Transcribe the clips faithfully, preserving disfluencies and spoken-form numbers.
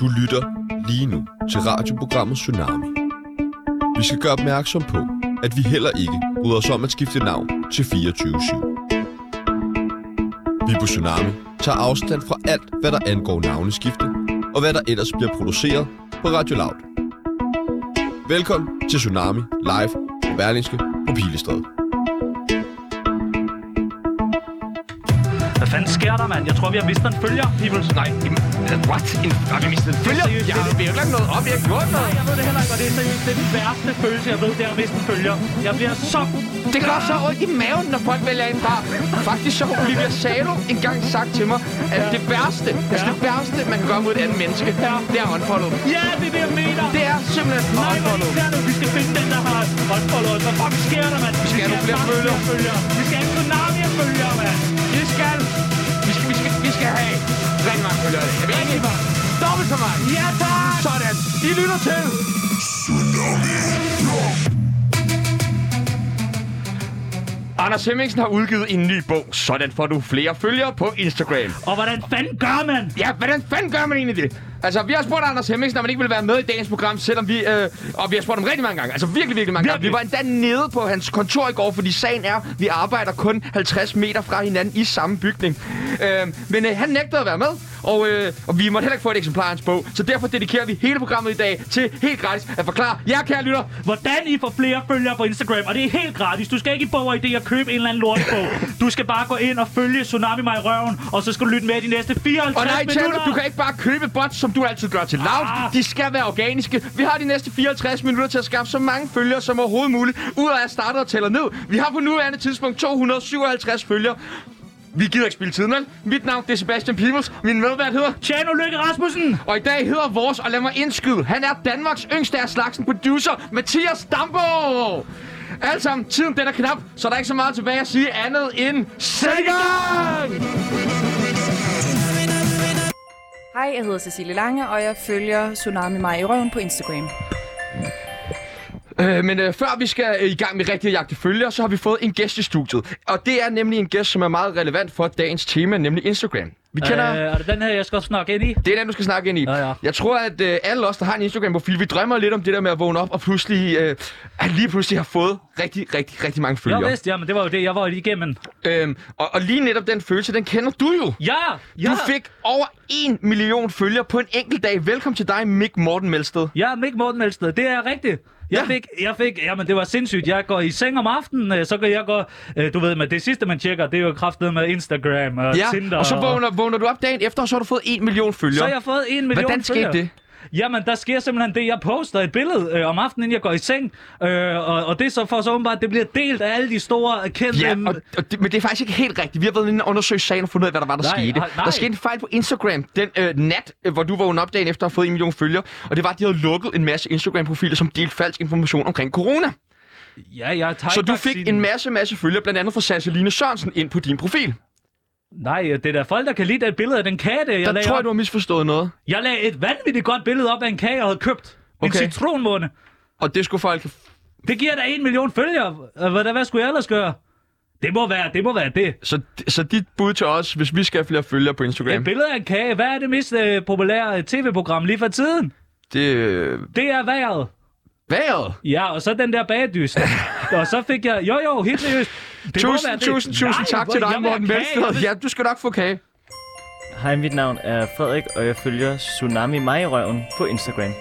Du lytter lige nu til radioprogrammet Tsunami. Vi skal gøre opmærksom på, at vi heller ikke bryder os om at skifte navn til fireogtyve syv. Vi på Tsunami tager afstand fra alt, hvad der angår navneskifte, og hvad der ellers bliver produceret på Radio Loud. Velkommen til Tsunami live på Berlingske på Pilestræde. Hvad fanden sker der, mand? Jeg tror, vi har mistet en følger, Peoples. Nej, what? En, har vi mistet en følger? Jeg har jo ikke lagt noget op, jeg har gjort noget. Nej, jeg ved det heller ikke, og det er seriøst. Det er den værste følelse, jeg ved, det er at miste en følger. Jeg bliver så... Det gør så ondt i maven, når folk vælger en fra. Faktisk så har Olivia Salo engang sagt til mig, at ja. det værste, ja. altså det værste, man kan gøre mod et andet menneske, ja. det er unfollow. Ja, det er det, jeg mener. Det er simpelthen Nej, unfollow. Nej, hvor vi skal finde den, der har unfollow. Hvad fuck sker der, mand? Vi skal have nogle flere følger. Vi skal have en tsunami af følger, mand. Vi skal... Vi skal, vi skal, vi skal have rigtig mange følgere. Jeg vil ikke bare dobbelt så meget. Ja, tak! Sådan. I lytter til Tsunami. Anders Hemmingsen har udgivet en ny bog. Sådan får du flere følgere på Instagram. Og hvordan fanden gør man? Ja, hvordan fanden gør man egentlig det? Altså, vi har spurgt Anders Hemmingsen, om han ikke ville være med i dagens program, selvom vi... Øh, og vi har spurgt ham rigtig mange gange. Altså, virkelig, virkelig mange virkelig. gange. Vi var endda nede på hans kontor i går, fordi sagen er, vi arbejder kun halvtreds meter fra hinanden i samme bygning. Øh, men øh, han nægtede at være med, og, øh, og vi måtte heller ikke få et eksemplar af hans bog. Så derfor dedikerer vi hele programmet i dag til helt gratis at forklare jer, kære lytter, hvordan I får flere følgere på Instagram. Og det er helt gratis. Du skal ikke i Bog og Idé og købe en eller anden lortebog. Du skal bare gå ind og følge Tsunami mig i røven, og så skal du lytte med de næste fireoghalvtreds minutter. Og nej, minutter. Tjano, du kan ikke bare købe bots, som du altid gør til Loud. Ah. De skal være organiske. Vi har de næste fireoghalvtreds minutter til at skaffe så mange følgere som overhovedet muligt. Ud af at starte og tæller ned. Vi har på nuværende tidspunkt to hundrede og syvoghalvtreds følgere. Vi gider ikke spille tiden, vel? Mit navn det er Sebastian Peoples. Min medvært hedder Tjano Lykke Rasmussen. Og i dag hedder vores, og lad mig indskyde, han er Danmarks yngste af slagsen producer, Mathias Dambo. Alt sammen, tiden den er knap, så der er ikke så meget tilbage at sige andet end sæt i gang! Hej, jeg hedder Cecilie Lange, og jeg følger Tsunami mig i røven på Instagram. Øh, men øh, før vi skal øh, i gang med rigtig at jagte følgere, så har vi fået en gæst i studiet. Og det er nemlig en gæst, som er meget relevant for dagens tema, nemlig Instagram. Vi kender... Øh, er det den her, jeg skal snakke ind i? Det er den, du skal snakke ind i. Ja, ja. Jeg tror, at øh, alle os, der har en Instagram-profil, vi drømmer lidt om det der med at vågne op og pludselig, øh, at lige pludselig har fået rigtig, rigtig, rigtig mange følgere. Jeg vidste, ja, men det var jo det, jeg var lige igennem. Øhm, og, og lige netop den følelse, den kender du jo. Ja, ja. Du fik over en million følgere på en enkelt dag. Velkommen til dig, Mick Morten Melsted. Ja, Mick Morten Melsted, det er rigtigt. Jeg ja. fik, jeg fik, jamen det var sindssygt. Jeg går i seng om aftenen, så kan jeg gå, øh, du ved, med det sidste man tjekker, det er jo kraftet med Instagram og ja, Tinder. og så vågner, vågner du op dagen efter, og så har du fået en million følgere. Så har jeg fået en million Hvordan skete følgere. det? Jamen, der sker simpelthen det, jeg poster et billede øh, om aftenen, inden jeg går i seng. Øh, og, og det er så for så åbenbart, det bliver delt af alle de store kendte... Ja, og, og det, men det er faktisk ikke helt rigtigt. Vi har været inde og undersøge sagen og fundet ud af, hvad der var, der nej, skete. Nej. Der skete en fejl på Instagram den øh, nat, øh, hvor du vågnede op dagen efter at have fået en million følgere. Og det var, at de havde lukket en masse Instagram-profiler, som delte falsk information omkring corona. Ja, jeg tager Så du fik en masse, masse følgere, blandt andet fra Sasseline Sørensen, ind på din profil. Nej, det er der folk, der kan lide det billede af den kage, der jeg Der lagde tror jeg, op. du har misforstået noget. Jeg lagde et vanvittigt godt billede op af en kage, jeg havde købt. Okay. En citronmåne. Og det skulle folk... Det giver da en million følgere. Hvad, hvad skulle jeg ellers gøre? Det må være det. Må være det. Så, så dit bud til os, hvis vi skal have flere følgere på Instagram... Et billede af en kage. Hvad er det mest øh, populære tv-program lige for tiden? Det... Øh... Det er vejret. Vejret? Ja, og så den der bagedyst. Og så fik jeg... Jo, jo, helt seriøst. Det tusind, tusind, tusind tak til dig, Morten Melsted. Ja, du skal nok få kage. Hej, mit navn er Frederik, og jeg følger Tsunami mig i røven på Instagram.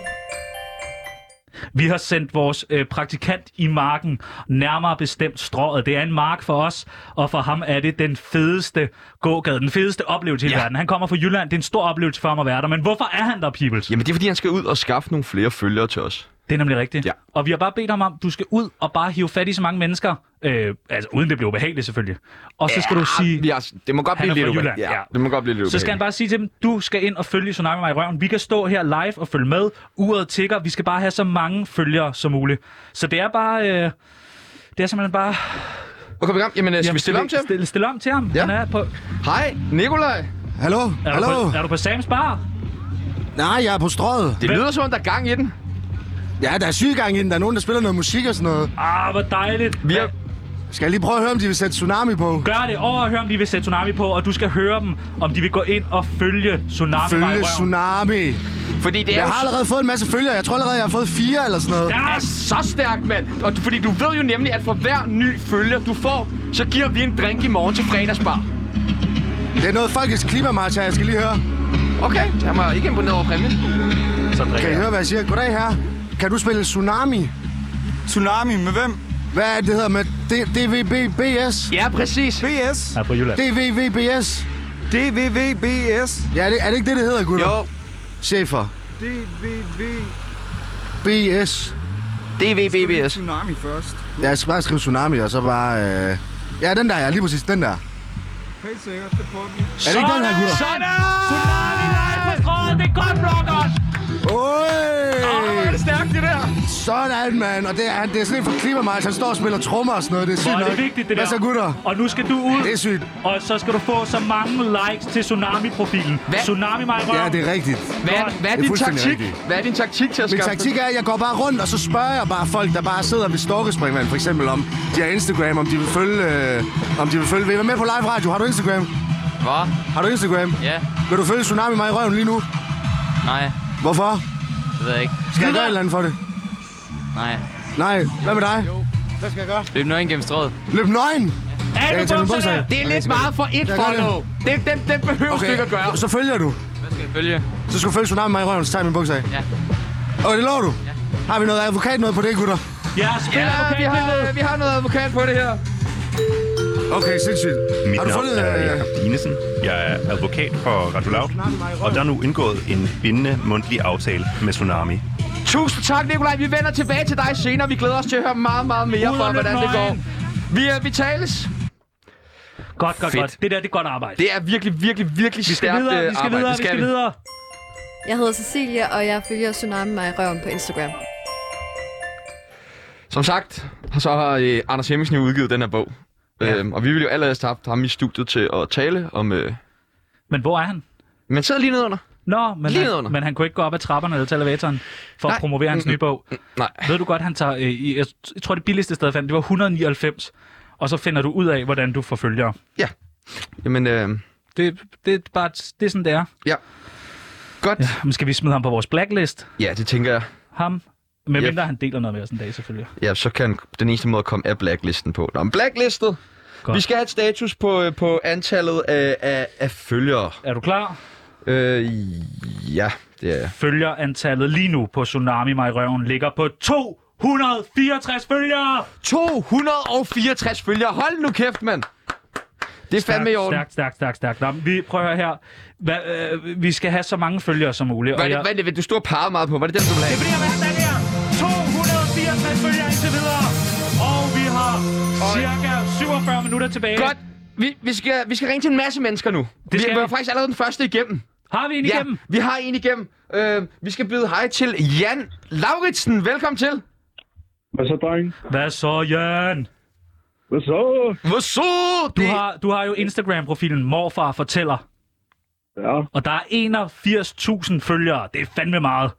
Vi har sendt vores øh, praktikant i marken, nærmere bestemt Strøget. Det er en mark for os, og for ham er det den fedeste gågade, den fedeste oplevelse i ja. verden. Han kommer fra Jylland, det er en stor oplevelse for ham at være der. Men hvorfor er han der, Peoples? Jamen det er, fordi han skal ud og skaffe nogle flere følgere til os. Det er nemlig rigtigt. Ja. Og vi har bare bedt ham om, du skal ud og bare hive fat i så mange mennesker. Øh, altså uden det bliver ubehageligt selvfølgelig. Og så skal ja, du sige... Ja, det må godt blive lidt ubehageligt. Ja, ja. Det må godt blive lidt ubehageligt. Så skal han bare sige til dem, du skal ind og følge Tsunami mig i røven. Vi kan stå her live og følge med. Uret tikker. Vi skal bare have så mange følgere som muligt. Så det er bare... Øh, det er simpelthen bare... Okay, vi Jamen, skal Jamen, vi stille om til ham? Stille, stille om til ham. Ja. Han er på... Hej, Nikolaj. Hallo? Er Hallo? Du på, er du på Sams bar? Nej, jeg er på Strøget. Det lyder som, der er gang i den. Ja, der er syg gang i den. Der er nogen, der spiller noget musik og sådan noget. Ah, hvor dejligt. Vi har... Skal jeg lige prøve at høre, om de vil sætte Tsunami på? Gør det. Over og høre, om de vil sætte Tsunami på. Og du skal høre dem, om de vil gå ind og følge Tsunami. Følge Tsunami. Fordi det er Jeg jo har allerede fået en masse følgere. Jeg tror allerede, jeg har fået fire eller sådan noget. Det er så stærkt, mand. Og fordi du ved jo nemlig, at for hver ny følger, du får, så giver vi en drink i morgen til fredagsbar. Det er noget folkets klimamarch her, jeg skal lige høre. Okay, jeg må ikke imponeret over præmien. Så Kan I høre, hvad jeg siger? Goddag her. Kan du spille Tsunami? Tsunami med hvem? Hvad er det, det hedder med D V V B S? Ja, præcis. B S? Ja, på Jylland. D V V B S? D V V B S? Ja, er det, er det ikke det, det hedder, gutter? Jo, Chefer. D V V B S. D V V B S. Tsunami først. Ja, jeg skal bare skrive Tsunami, og så bare... Øh... Ja, den der, ja, lige præcis, den der. Helt sikkert, det prøver vi. Er det ikke den her, gutter? Sådan! Tsunami live på strøget, det er godt, Rockers! Oj! Åh, er det stærkt, det der? Sådan, mand. Og det er, det er sådan en for klimamarch. Han står og spiller trommer og sådan noget. Det er sygt Hvor er nok. det vigtigt, det Hvad der. så, gutter? Og nu skal du ud, Det er sygt. og så skal du få så mange likes til Tsunami-profilen. Hvad? Tsunami mig i Ja, røven. det er rigtigt. Hvad, er- hvad er Det er din fuldstændig taktik? rigtigt. Hvad er din taktik til at Min skaffe taktik er, at jeg går bare rundt, og så spørger jeg bare folk, der bare sidder ved Storkespringvand, for eksempel om de har Instagram, om de vil følge... Øh, om de vil følge... Vil I være med på live radio? Har du Instagram? Hvad? Har du Instagram? Ja. Vil du følge Tsunami mig i røven lige nu? Nej, Hvorfor? det ved jeg ikke. Skal jeg gøre et eller andet for det? Nej. Nej. Hvad med dig? Hvad skal jeg gøre? Løb nøgen gennem strået. Løb nøgen! Er Jeg du kan tage min bukser bukserne? af. Det er lidt meget for et Jeg gør det. follow. Det, den, den behøver okay. du ikke at gøre. Så følger du. Hvad skal jeg følge? Så skal du følge Tsunami mig i røven, så tager jeg min bukser af. Ja. Og det lover du? Ja. Har vi noget advokat noget på det, gutter? Ja, spil Ja, vi har, vi har noget advokat på det her. Okay, sindssygt. Mit Har du navn fundet... er øh, Jakob Dinesen. Jeg er advokat for Radio Loud, og der er nu indgået en bindende mundtlig aftale med Tsunami. Tusind tak, Nikolaj. Vi vender tilbage til dig senere. Vi glæder os til at høre meget, meget mere Ud fra, og løb hvordan det går. nøgen. Vi, er, vi tales. Godt, godt, Fedt. godt. Det der, det er godt arbejde. Det er virkelig, virkelig, virkelig Vi skal stærkt videre, øh, vi skal arbejde. videre, Det vi skal videre. Jeg hedder Cecilia, og jeg følger Tsunami mig i røven på Instagram. Som sagt, så har øh, Anders Hemmingsen jo udgivet den her bog. Ja. Øhm, og vi ville jo allerede have haft ham i studiet til at tale om... Øh... Men hvor er han? Men sidder lige nedenunder. Nå, men Lige han, nedenunder. men han kunne ikke gå op ad trapperne eller til elevatoren for Nej. at promovere hans nye bog. Nej. Ved du godt, han tager... Øh, i, jeg, jeg tror, det billigste sted, fandt, det var et hundrede og nioghalvfems. Og så finder du ud af, hvordan du får følgere. Ja. Jamen, øh... Det, det, er bare, det er sådan, det er. Ja. Godt. Ja, Ja, men skal vi smide ham på vores blacklist? ja det tænker jeg. Ham? Med Ja. mindre han deler noget med os en dag, selvfølgelig. Ja, så kan den eneste måde at komme af blacklisten på. Nå, men blacklistet. Godt. Vi skal have et status på, øh, på antallet af, af, af følgere. Er du klar? Øh, ja, det er jeg. Følgerantallet lige nu på Tsunami mig i røven ligger på to hundrede og fireogtres følgere! to hundrede og fireogtres følgere. Hold nu kæft, mand. Det er fandme i orden. Stærkt, stærkt, stærkt, stærkt. Nå, vi prøver at høre her. Hva, øh, vi skal have så mange følgere som muligt. Hvad er og det, jeg... hvad er det, du stod og pegede meget på? Var det den, du ville Det have? bliver værd, den her. to hundrede og fireogtres følgere indtil videre. Og vi har cirka syvogfyrre minutter tilbage. Godt. Vi, vi, skal, vi skal ringe til en masse mennesker nu. Vi skal er vi. faktisk allerede den første igennem. Har vi en Ja, igennem? vi har en igennem. Øh, vi skal byde hej til Jan Lauritsen. Velkommen til. Hvad så, dreng? Hvad så, Jan? Hvad så? Hvad så? Du Det- har, du har jo Instagram-profilen Morfar Fortæller. Ja, Og der er enogfirs tusind følgere. Det er fandme meget.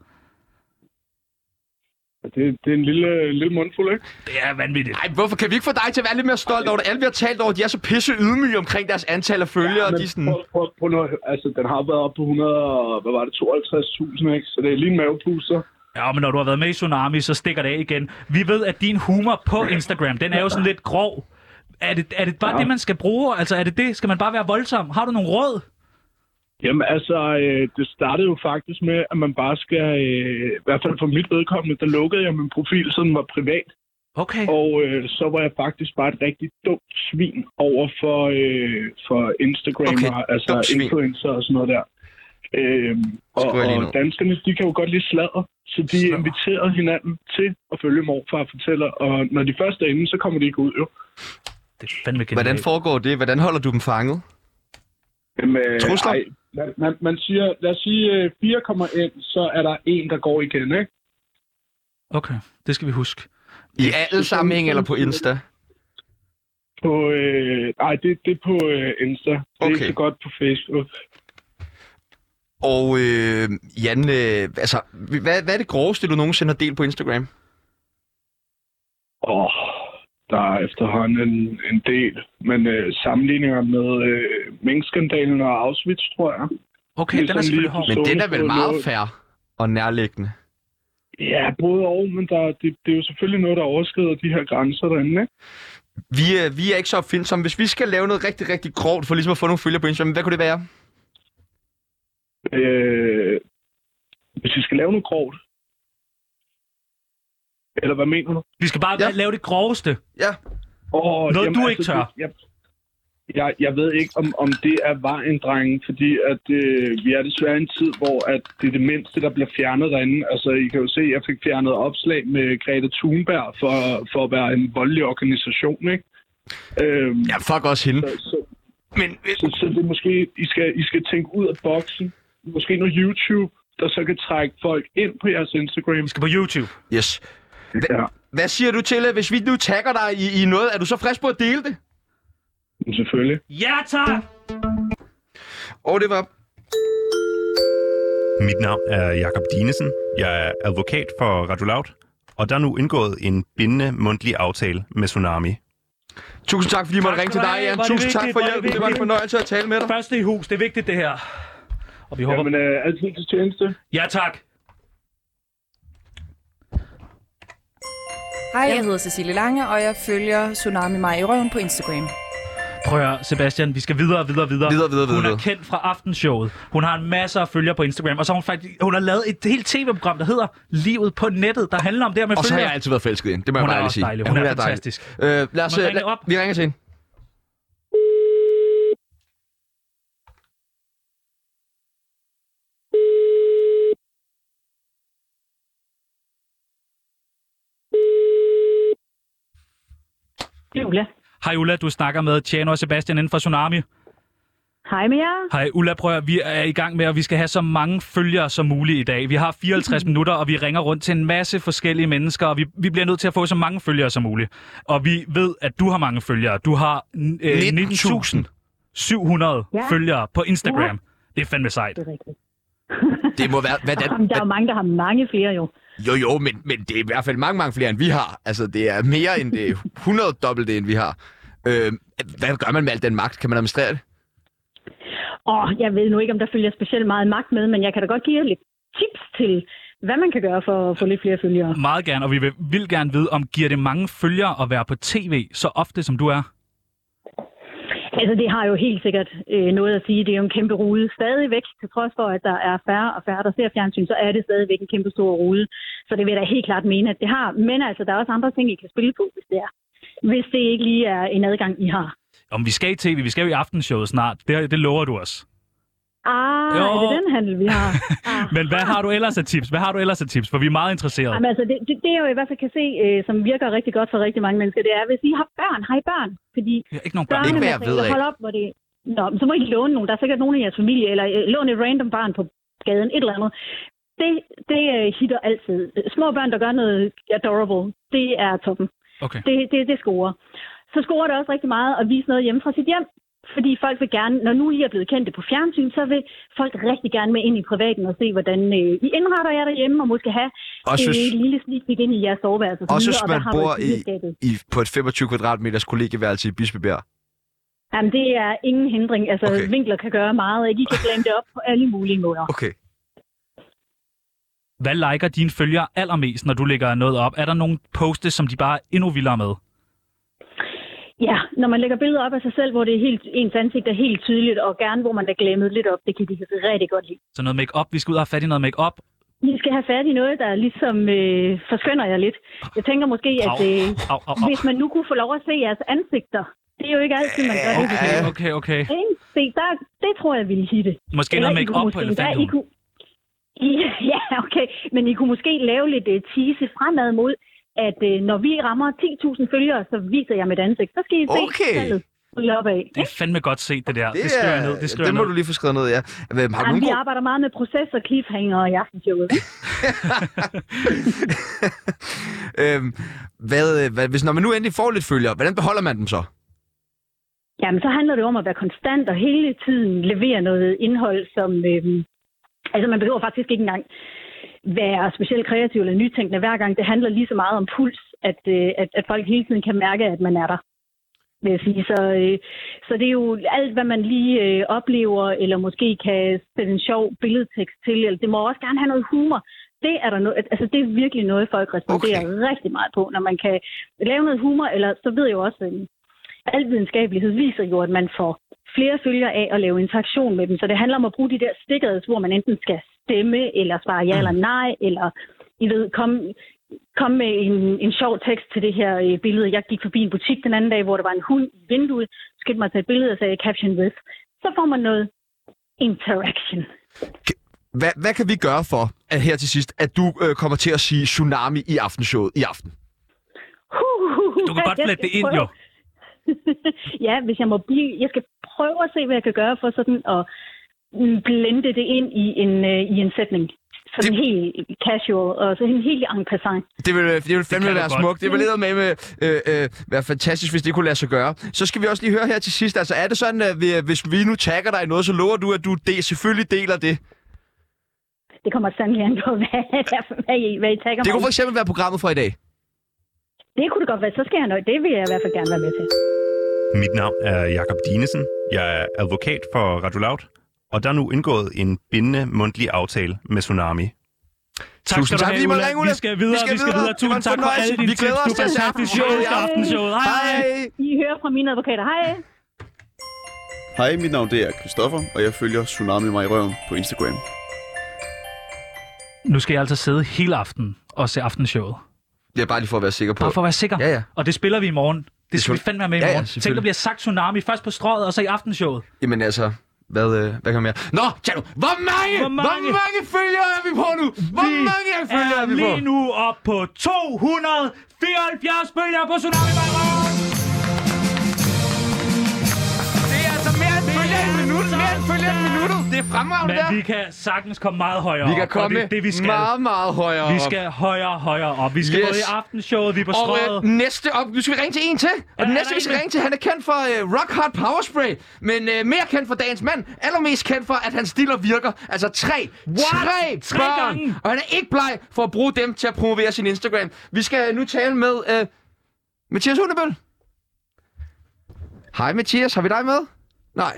det, det er en lille, lille mundfuld, ikke? Det er vanvittigt. Ej, hvorfor kan vi ikke få dig til at være lidt mere stolt over det? Alle vi har talt over, de er så pisse ydmyge omkring deres antal af følgere. Men de er sådan... prøv, prøv, prøv nu, altså, den har været op på hundrede, og- hvad var det, tooghalvtreds tusind, ikke? Så det er lige en mavepuster. Ja, men når du har været med i Tsunami, så stikker det af igen. Vi ved, at din humor på Instagram, den er jo sådan lidt grov. Er det, er det bare ja. det, man skal bruge? Altså, er det det? Skal man bare være voldsom? Har du nogle råd? Jamen altså, øh, det startede jo faktisk med, at man bare skal, øh, i hvert fald for mit vedkommende, der lukkede jeg min profil, så den var privat. Okay. Og øh, så var jeg faktisk bare et rigtig dumt svin over for, øh, for Instagram, Okay, altså dumt svin. influencer og sådan noget der. Øhm, og, Skriver jeg lige og ned. danskerne, de kan jo godt lide sladder, så de Sladder. inviterede hinanden til at følge Morfar Fortæller, og når de først er inde, så kommer de ikke ud jo. Det er fandme genialt. Hvordan foregår det? Hvordan holder du dem fanget? Jamen, øh, Trusler? ej, man, man, man siger, lad os sige, øh, fire kommer ind, så er der en, der går igen, ikke? Okay, det skal vi huske. I alle sammenhæng eller på Insta? På, øh, ej, det, det er på øh, Insta. Det er Okay. ikke så godt på Facebook. Og øh, Jan, øh, altså, hvad, hvad er det groveste, du nogensinde har delt på Instagram? Åh, der er efterhånden en, en del. Men øh, sammenligninger med øh, minkskandalen og Auschwitz, tror jeg. Okay, Det er den er sådan selvfølgelig lige hård. Men den er vel på meget noget. fair. og nærliggende? Ja, både og, men der, det, det er jo selvfølgelig noget, der overskrider de her grænser derinde, ikke? Vi, øh, vi er ikke så opfindsomme. Hvis vi skal lave noget rigtig, rigtig grovt for ligesom at få nogle følgere på Instagram, hvad kunne det være? Øh, hvis vi skal lave noget grovt. Eller hvad mener du? Vi skal bare Ja. lave det groveste. Ja. Oh, Noget, du ikke tør. Det, jeg, jeg, jeg ved ikke, om, om det er vejen, drenge, fordi at, øh, vi er desværre i en tid, hvor at det er det mindste, der bliver fjernet derinde. Altså, I kan jo se, at jeg fik fjernet opslag med Greta Thunberg for, for at være en voldelig organisation, ikke? Øhm, ja, fuck også hende. Så, så, Men, så, så det er måske, I skal, I skal tænke ud af boksen. Måske noget YouTube, der så kan trække folk ind på jeres Instagram. Vi skal på YouTube. Yes. Hva, Ja. Hvad siger du til, at hvis vi nu tagger dig i, i noget, er du så frisk på at dele det? Selvfølgelig. Ja, tak! Og det var... Mit navn er Jakob Dinesen. Jeg er advokat for Radio Loud, og der er nu indgået en bindende mundtlig aftale med Tsunami. Tusind tak, fordi I måtte ringe til dig, Jan. Tusind tak for hjælpen. Det var en fornøjelse at tale med dig. Første i hus, det er vigtigt det her. Og vi håber... Jamen, øh, altid til tjeneste. Ja, tak. Hej, jeg hedder Cecilie Lange, og jeg følger Tsunami mig i røven på Instagram. Prøv at høre, Sebastian, vi skal videre, videre, videre. Videre, videre, Hun videre. er kendt fra Aftenshowet. Hun har en masse af følgere på Instagram, og så har hun faktisk hun har lavet et helt tv-program, der hedder Livet på nettet, der handler om det her med Og så har følgere. jeg altid været forelsket i hende. Det må Hun jeg er bare også sige. dejlig. Hun Ja, er dejlig. fantastisk. Øh, lad os, Må jeg øh, ringe lad, op? vi ringer til hende. Ulla. Hej Ulla, du snakker med Tjano og Sebastian inden for Tsunami. Hej med jer. Hej Ulla, prøv at, vi er i gang med, at vi skal have så mange følgere som muligt i dag. Vi har fireoghalvtreds minutter, og vi ringer rundt til en masse forskellige mennesker, og vi, vi bliver nødt til at få så mange følgere som muligt. Og vi ved, at du har mange følgere. Du har øh, nitten tusind syv hundrede Ja. følgere på Instagram. Ja. Det er fandme sejt. Det er rigtigt. Det må være... Hvad, Jamen, der er jo mange, der har mange flere jo. Jo, jo, men, men det er i hvert fald mange, mange flere, end vi har. Altså, det er mere end det hundrede dobbelt det, end vi har. Øh, hvad gør man med al den magt? Kan man administrere det? Åh, jeg ved nu ikke, om der følger specielt meget magt med, men jeg kan da godt give jer lidt tips til, hvad man kan gøre for at få lidt flere følgere. Meget gerne, og vi vil, vil gerne vide, om giver det mange følgere at være på tv så ofte, som du er? Altså, det har jo helt sikkert øh, noget at sige. Det er jo en kæmpe rude. Stadigvæk, til trods for, at der er færre og færre, der ser fjernsyn, så er det stadigvæk en kæmpe stor rude. Så det vil jeg da helt klart mene, at det har. Men altså, der er også andre ting, I kan spille på, hvis det er. Hvis det ikke lige er en adgang, I har. Om vi skal i tv, vi skal jo i Aftenshowet snart. Det, det lover du os. Ah, jo. Er det den handel, vi har? Ah. Men hvad har du ellers af tips? Hvad har du ellers af tips? For vi er meget interesserede. Jamen, altså, det, det, det, jeg i hvert fald kan se, øh, som virker rigtig godt for rigtig mange mennesker, det er, hvis I har børn, har I børn? Fordi jeg har ikke nogen børn. Ikke hvad jeg ved af. Hold op, hvor det... Nå, så må I låne nogen. Der er sikkert nogen i jeres familie, eller øh, låne et random barn på gaden, et eller andet. Det, det øh, hitter altid. Små børn, der gør noget adorable, det er toppen. Okay. Det, det, det scorer. Så scorer det også rigtig meget at vise noget hjemme fra sit hjem. Fordi folk vil gerne, når nu I er blevet kendte på fjernsyn, så vil folk rigtig gerne med ind i privaten og se, hvordan øh, I indretter jer derhjemme, og måske have Også øh, hvis- et lille sneak peek ind i jeres soveværelse. Også videre, hvis og hvad man har du bor i, køleskabet? i, på et femogtyve kvadratmeters kollegieværelse i Bispebjerg. Jamen, det er ingen hindring. Altså, Okay. okay. Vinkler kan gøre meget, og I kan blande det op på alle mulige måder. Okay. Hvad liker dine følgere allermest, når du lægger noget op? Er der nogle posts, som de bare er endnu vildere med? Ja, når man lægger billeder op af sig selv, hvor det er helt, ens ansigt er helt tydeligt, og gerne hvor man er glemmet lidt op, det kan de rigtig godt lide. Så noget make-up. Vi skal ud og have fat i noget make-up. Vi skal have fat i noget, der ligesom øh, forskynder jer lidt. Jeg tænker måske, at øh, Au, au, au. hvis man nu kunne få lov at se jeres ansigter, det er jo ikke altid, man gør det. Okay, okay, okay. Ikke? Se, der, det tror jeg ville hitte. Måske noget I make-up kunne på måske endda- elefanthunden. I kunne, I, ja, okay. Men I kunne måske lave lidt uh, tease fremad mod, at uh, når vi rammer ti tusind følgere, så viser jeg mit ansigt. Så skal I se Okay. tallet op af. Det er fandme godt set, det der. Det, Det, det skriver jeg er- ned. Det, skriver det jeg må ned. du lige få skrevet ned, ja. Hvad, har du Jamen, nogen vi god... arbejder meget med proces og cliffhanger i aftenshowet. øhm, hvad, hvad, hvis når man nu endelig får lidt følgere, hvordan beholder man dem så? Jamen, så handler det om at være konstant og hele tiden levere noget indhold, som... Øhm, altså, man behøver faktisk ikke engang være specielt kreativ eller nytænkende hver gang. Det handler lige så meget om puls, at, øh, at, at folk hele tiden kan mærke, at man er der. vil jeg sige. Så, øh, så det er jo alt, hvad man lige øh, oplever, eller måske kan sætte en sjov billedtekst til, eller det må også gerne have noget humor. Det er der no- altså det er virkelig noget, folk responderer okay. rigtig meget på, når man kan lave noget humor, eller så ved jeg jo også, at al videnskabelighed viser jo, at man får flere følgere af at lave interaktion med dem. Så det handler om at bruge de der stickers, hvor man enten skal stemme, eller svare ja eller nej, eller I ved, komme kom med en, en sjov tekst til det her øh, billede. Jeg gik forbi en butik den anden dag, hvor der var en hund i vinduet, skyndte mig til et billede og sagde caption with. Så får man noget interaction. Hvad, hvad kan vi gøre for, at her til sidst, at du øh, kommer til at sige tsunami i aftenshowet i aften? Du kan godt flette det ind, jo. Ja, hvis jeg må blive... Jeg skal prøve at se, hvad jeg kan gøre for sådan at blende det ind i en, øh, i en sætning. Sådan det... helt casual, og så helt en passant. Det vil, det vil fandme det være smukt. Det vil lede med, med øh, øh, være fantastisk, hvis det kunne lade sig gøre. Så skal vi også lige høre her til sidst. Altså, er det sådan, at vi, hvis vi nu tagger dig i noget, så lover du, at du de, selvfølgelig deler det? Det kommer sandelig an på, hvad, hvad, I, hvad I tagger mig. Det kunne for eksempel være programmet fra i dag. Det kunne det godt være. Så skal jeg noget. Det vil jeg i hvert fald gerne være med til. Mit navn er Jakob Dinesen. Jeg er advokat for Radio Loud. Og der er nu indgået en bindende mundtlig aftale med Tsunami. Tak Tusind skal du have, Ulla. Ulla. Vi skal videre, vi skal, vi skal videre. Tusind tak for alle dine tips. Du er fantastisk show i aftenshowet. Hej, hej. I hører fra mine advokater. Hej. Hej, mit navn det er Christoffer, og jeg følger Tsunami mig i røven på Instagram. Nu skal jeg altså sidde hele aften og se aftenshowet. Det er bare lige for at være sikker på. Bare for at være sikker. Ja, ja. Og det spiller vi i morgen. Det, det skal vi fandme være med i morgen. Ja, ja, Tænk, der bliver sagt Tsunami først på strøget, og så i aftenshowet. Jamen altså... Hvad, øh, hvad kan man mere? Nå, Tjano, hvor mange, hvor mange, hvor mange følgere er vi på nu? Hvor vi mange følgere er, er vi på? Vi er lige nu op på to hundrede fireoghalvfjerds følgere på Tsunami Baron! Det er altså mere end følgere en minut, mere end følgere en minut. Det er fremragende der. Men vi kan sagtens komme meget højere op. Vi kan komme det, det, vi skal. meget, meget højere op. Vi skal højere, højere op. Vi skal yes. både i aftenshowet, vi er på strøget. Og øh, næste op, nu skal vi ringe til en til. Og ja, den næste, vi skal ringe til, han er kendt for øh, Rock Hard Power Spray. Men øh, mere kendt for dagens mand. Allermest kendt for, at han stiller virker. Altså tre, What? tre, tre børn. Gange. Og han er ikke bleg for at bruge dem til at promovere sin Instagram. Vi skal nu tale med øh, Mathias Hundebøl. Hej Mathias, har vi dig med? Nej.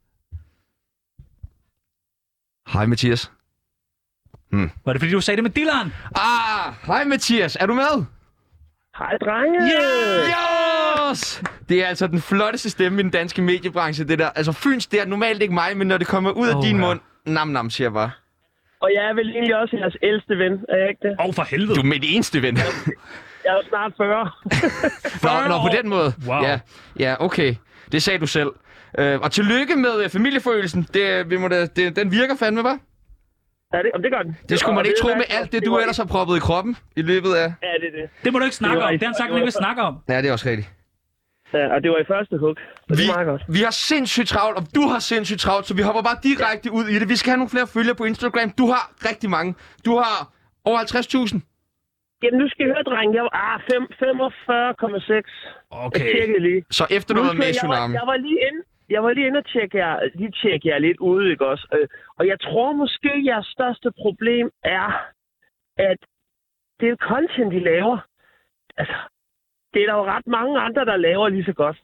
Hej Mathias. Hmm. Var det fordi, du sagde det med dilleren? Ah, hej Mathias. Er du med? Hej drenge. Yeah! Yes! Det er altså den flotteste stemme i den danske mediebranche, det der. Altså Fyns, det er normalt ikke mig, men når det kommer ud af oh, din ja. mund, nam nam, siger jeg bare. Og jeg er vel egentlig også jeres ældste ven, er jeg ikke det? Åh, oh, for helvede. Du er mit eneste ven. Jeg er jo snart fyrre. Nå, nå, på den måde. Wow. Ja, ja, okay. Det sagde du selv. Uh, og tillykke med uh, familieforøgelsen. Det, vi må da, det, den virker fandme, hva'? Ja, det, det gør den. Det skulle man ikke tro med alt det, du ellers har proppet i kroppen i løbet af... Ja, det er det. Det må du ikke snakke om. Det har han sagt, man ikke vil snakke om. Ja, det er også rigtigt. Ja, og det var i første hug. Vi, det er meget godt. Vi har sindssygt travlt, og du har sindssygt travlt, så vi hopper bare direkte ud i det. Vi skal have nogle flere følgere på Instagram. Du har rigtig mange. Du har over halvtreds tusind. Jamen, nu skal I høre, drenge. Jeg var ah, femogfyrre komma seks. Okay. Jeg tjekkede lige. Så efter du var med i Tsunami. Jeg var lige inde. Jeg var lige inde og tjekke jer, lige tjekke jer lidt ude, ikke også? Øh, og jeg tror måske, at jeres største problem er, at det er content, I laver. Altså, det er der jo ret mange andre, der laver lige så godt.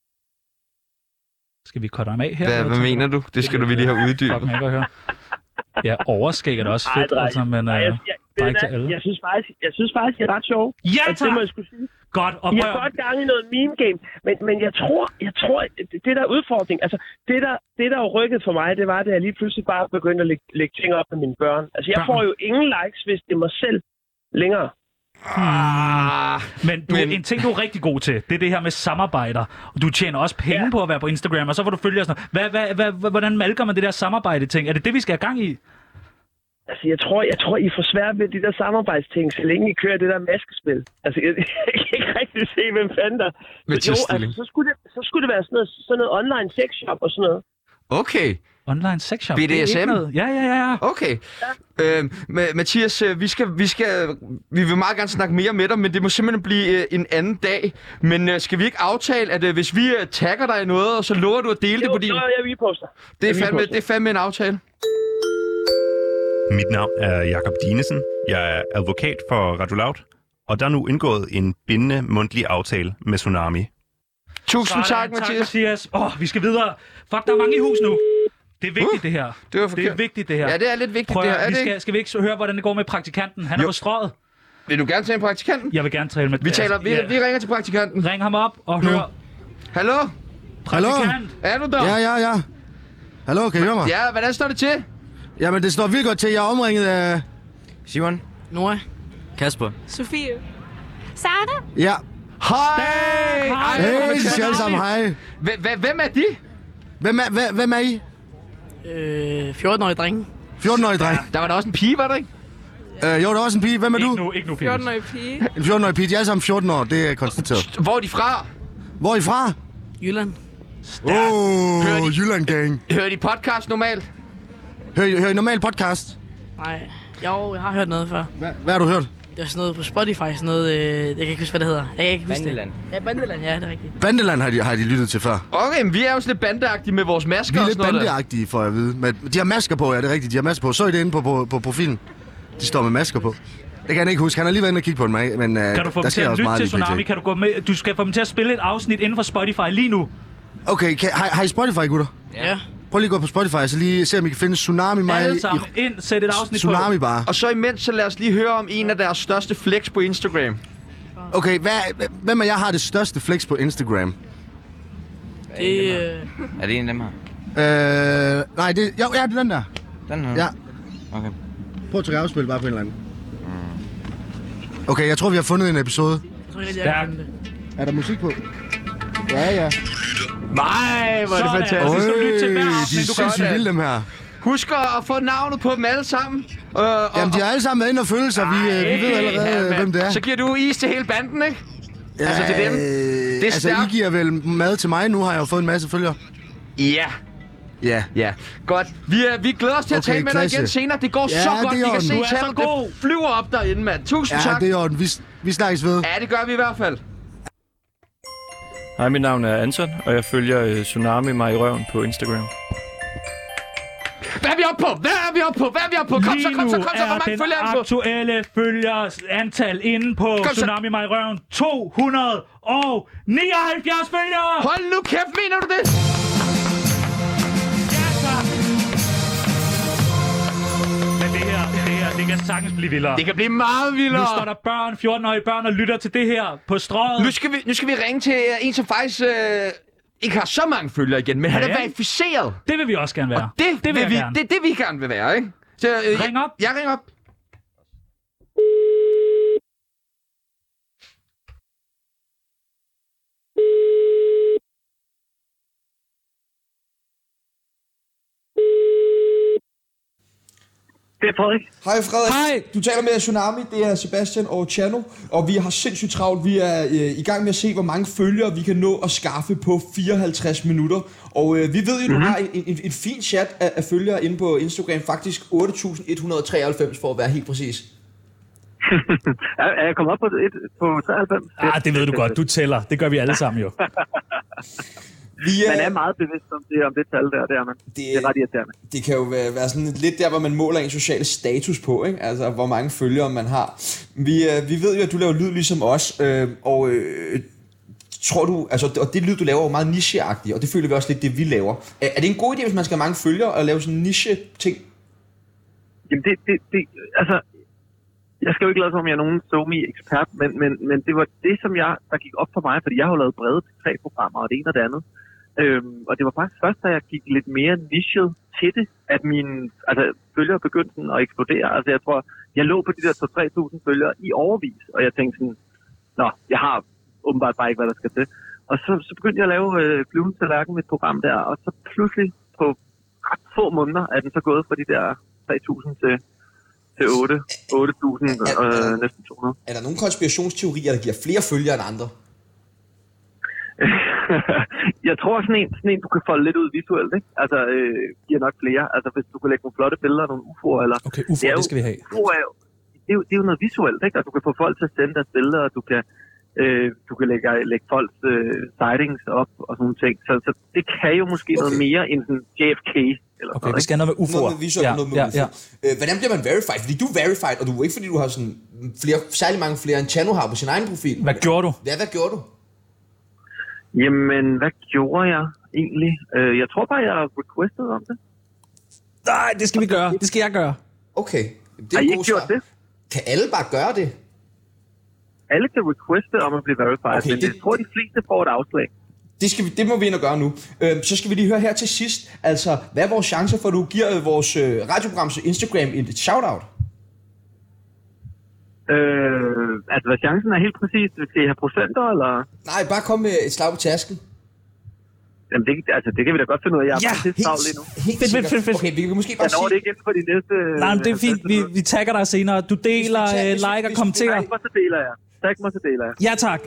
Skal vi cutte ham af her? Hvad, hvad mener du? Det skal du lige have uddybet. Fuck, jeg høre. Ja, overskæg er da også fedt, altså, men Nej, jeg, jeg, bare ikke til alle. Jeg synes faktisk, jeg synes faktisk, det er ret sjovt. Ja, tak! Det må jeg skulle sige. Godt, og jeg har godt gang i noget meme-game, men, men jeg tror, jeg tror, det der er udfordring, altså det der, det der er rykket for mig, det var, at jeg lige pludselig bare begyndte at lægge, lægge ting op med mine børn. Altså jeg får jo ingen likes, hvis det er mig selv længere. Ah, men, du, men en ting, du er rigtig god til, det er det her med samarbejder. Du tjener også penge ja. på at være på Instagram, og så får du følge os noget. Hvad, hvad, hvad, hvordan malker man det der samarbejde-ting? Er det det, vi skal have gang i? Altså, jeg tror, jeg tror, I får svært ved de der samarbejdsting, så længe I kører det der maskespil. Altså, jeg, jeg kan ikke rigtig se, hvem fanden der... Med jo, altså, så, skulle det, så skulle det være sådan noget, sådan noget online sexshop og sådan noget. Okay. Online sexshop? B D S M? Ja, ja, ja. Okay. Ja. Øh, Mathias, vi skal, vi skal... Vi vil meget gerne snakke mere med dig, men det må simpelthen blive øh, en anden dag. Men øh, skal vi ikke aftale, at øh, hvis vi øh, tagger dig i noget, og så lover du at dele jo, det på din... Jo, jeg vil poste. Det er fandme, det er fandme en aftale. Mit navn er Jakob Dinesen. Jeg er advokat for Radio Loud, og der er nu indgået en bindende mundtlig aftale med Tsunami. Tusind tak, tak, Mathias. Mathias. Åh, oh, vi skal videre. Fuck, der er mange i hus nu. Det er vigtigt, uh, det her. Det, var det er vigtigt, det her. Ja, det er lidt vigtigt, Prøv, det her. Er vi det skal, ikke? skal vi ikke høre, hvordan det går med praktikanten? Han jo. er på strøget. Vil du gerne tale med praktikanten? Jeg vil gerne tale med... Vi, taler, vi, ja. vi ringer til praktikanten. Ring ham op og hør. Hallo? Praktikant. Er du der? Ja, ja, ja. Hallo, kan I høre mig? Ja, hvordan står det til? Jamen, det står vildt godt til. Jeg er omringet af... Simon. Nora. Kasper. Sofie. Sara. Ja. Hej! Hej, hey, I alle sammen, hej. Hvem er de? Hvem er, hvem er I? Øh, fjorten-årige drenge. fjorten-årige dreng. Der var der også en pige, var der ikke? Øh, jo, der var også en pige. Hvem er ikke du? Nu, ikke nu, fjorten-årig pige. En fjorten-årig pige. De er alle sammen fjorten år, det er konstateret. Hvor er de fra? Hvor er I fra? Jylland. Åh, oh, Jylland gang. Hører de podcast normalt? Hører, hører I normal podcast? Nej. Jo, jeg har hørt noget før. Hva, hvad har du hørt? Det er sådan noget på Spotify, sådan noget, øh, jeg kan ikke huske, hvad det hedder. Jeg kan ikke huske Bandeland. det. Ja, Bandeland, ja, det er rigtigt. Bandeland har de, har de lyttet til før. Okay, men vi er jo sådan lidt bandeagtige med vores masker Vi er og lidt sådan noget. bandeagtige, får jeg at vide. Men de har masker på, ja, det er rigtigt. De har masker på. Så I det inde på, på, på profilen. De står med masker på. Det kan han ikke huske. Han har lige været inde og kigge på den, men uh, kan du få der dem til sker at også lytte meget til lige Tsunami? Kan du gå med? Du skal få dem til at spille et afsnit inden for Spotify lige nu. Okay, kan, har, har I Spotify, gutter? Ja. Prøv lige at gå på Spotify, så lige se, om I kan finde Tsunami mig Alle i... sammen ind, sæt et afsnit Tsunami på. bare. Og så imens, så lad os lige høre om en af deres største flex på Instagram. Okay, hvad, hvem af jer har det største flex på Instagram? Det, øh... Er det en af dem her? Øh, nej, det, jo, ja, det er den der. Den her? Ja. Okay. Prøv at trykke afspil bare på en eller anden. Okay, jeg tror, vi har fundet en episode. Jeg tror ikke, jeg har fundet det. Er der musik på? Ja, ja. Nej, hvor er det fantastisk. Så lyt til hver de er afsnit, du kan sindssygt vilde, dem her. Husk at få navnet på dem alle sammen. Øh, og, Jamen, de har alle sammen været inde og føle sig. Vi, øh, vi ved allerede, ja, hvem det er. Så giver du is til hele banden, ikke? Ja, altså til dem. Det er altså, stærkt. I giver vel mad til mig. Nu har jeg jo fået en masse følgere. Ja. Ja. Ja. Godt. Vi, uh, vi glæder os til at Okay, tale med klasse. dig igen senere. Det går Ja, så godt. det Vi er kan se orden. tallet. Det flyver op derinde, mand. Tusind Ja, tak. det er orden. Vi, vi snakkes ved. Ja, det gør vi i hvert fald. Hej, mit navn er Anton, og jeg følger uh, Tsunami mig i røven på Instagram. Hvad er vi oppe på? Hvad er vi oppe på? Hvad er vi oppe på? Kom så, kom så, kom så. Hvor mange følger er den på? aktuelle følgers antal inde på Kom så. Tsunami mig i røven. to hundrede nioghalvfjerds følgere! Hold nu kæft, mener du det? Ja, tak. Men det her, det her, det kan sagtens blive vildere. Det kan blive meget vildere. Nu står der børn, fjorten-årige børn og lytter til det her på strøget. Nu skal vi, nu skal vi ringe til uh, en, som faktisk uh, ikke har så mange følgere igen, men ja, han er verificeret. Det vil vi også gerne være. Og det, det vil jeg vi, gerne. Det er det, vi gerne vil være, ikke? Så, uh, Ring op. Jeg, jeg ringer op. Det er Frederik. Hej Frederik. Hej. Du taler med Tsunami, det er Sebastian og Chano, og vi har sindssygt travlt. Vi er øh, i gang med at se, hvor mange følgere vi kan nå at skaffe på fireoghalvtreds minutter. Og øh, vi ved jo, du mm-hmm. har en, en, en fin chat af, af følgere inde på Instagram, faktisk otte tusind et hundrede treoghalvfems for at være helt præcis. er jeg kommet op på, et, på treoghalvfems? Ah, det ved du godt. Du tæller. Det gør vi alle sammen jo. Vi er, man er meget bevidst om det, om det tal der, det er man. Det, det er ret irriterende. Det kan jo være, være sådan lidt der, hvor man måler en sociale status på, ikke? Altså, hvor mange følgere man har. Vi, øh, vi ved jo, at du laver lyd ligesom os, øh, og øh, tror du, altså, og det lyd, du laver, er meget nicheagtigt, og det føler vi også lidt, det vi laver. Er, er det en god idé, hvis man skal have mange følgere, og lave sådan en niche-ting? Jamen, det, det, det, altså, jeg skal jo ikke lade som om jeg er nogen SoMe-ekspert, men, men, men det var det, som jeg, der gik op for mig, fordi jeg har jo lavet brede tre programmer, og det ene og det andet. Øhm, og det var faktisk først, da jeg gik lidt mere nichet til det, at mine altså, følgere begyndte sådan at eksplodere. Altså jeg tror, jeg lå på de der to til tre tusind følgere i overvis, og jeg tænkte sådan, nå, jeg har åbenbart bare ikke, hvad der skal til. Og så, så begyndte jeg at lave øh, Flyvende Tallerken med et program der, og så pludselig på ret få måneder er den så gået fra de der tre tusind til, til otte tusind og øh, næsten to hundrede. Er der nogle konspirationsteorier, der giver flere følgere end andre? Jeg tror sådan en, sådan en, du kan folde lidt ud visuelt, ikke? Altså, øh, giver nok flere. Altså, hvis du kan lægge nogle flotte billeder af nogle U F O'er, eller... Okay, U F O'er, det, det skal vi have. U F O'er er jo, det, er jo, det er jo noget visuelt, ikke? Og du kan få folk til at sende deres billeder, og du kan, øh, du kan lægge, lægge folks øh, sightings op og sådan nogle ting. Så, så det kan jo måske okay. noget mere end sådan J F K. Eller okay, sådan, vi skal have noget med U F O'er. Noget med visuelt, ja, noget med ja, U F O'er. Ja. Øh, hvordan bliver man verified? Fordi du er verified, og du er ikke fordi, du har sådan flere, særlig mange flere end Chano har på sin egen profil. Hvad gjorde du? Ja, hvad gjorde du? Jamen, hvad gjorde jeg egentlig? Øh, jeg tror bare, jeg requestede om det. Nej, det skal vi gøre. Det skal jeg gøre. Okay. Det er Har I en ikke god gjort svar. det? Kan alle bare gøre det? Alle kan requeste om at blive verified, Okay, men det- jeg tror, de fleste får et afslag. Det, skal vi, det må vi ind og gøre nu. Øhm, så skal vi lige høre her til sidst. Altså, hvad er vores chancer for, at du giver øh, vores øh, radioprograms Instagram et shout-out? Øh, altså, hvad chancen er helt præcis? Skal I have procenter, eller? Nej, bare kom med et slag på tasken. Jamen, det, altså, det kan vi da godt finde ud af. Jeg er Ja, ja, helt travlt lige nu. Helt Fedt, fedt, sikkert. fedt, fedt. Okay, vi kan måske bare Jeg når sige... det ikke inden for de næste... Nej, men det er fint. Vi, vi tagger dig senere. Du deler, Hvis vi tager- øh, hvis vi- liker, hvis vi- kommenterer. Tag mig, så deler jeg. Tag mig, så deler jeg. Ja, tak.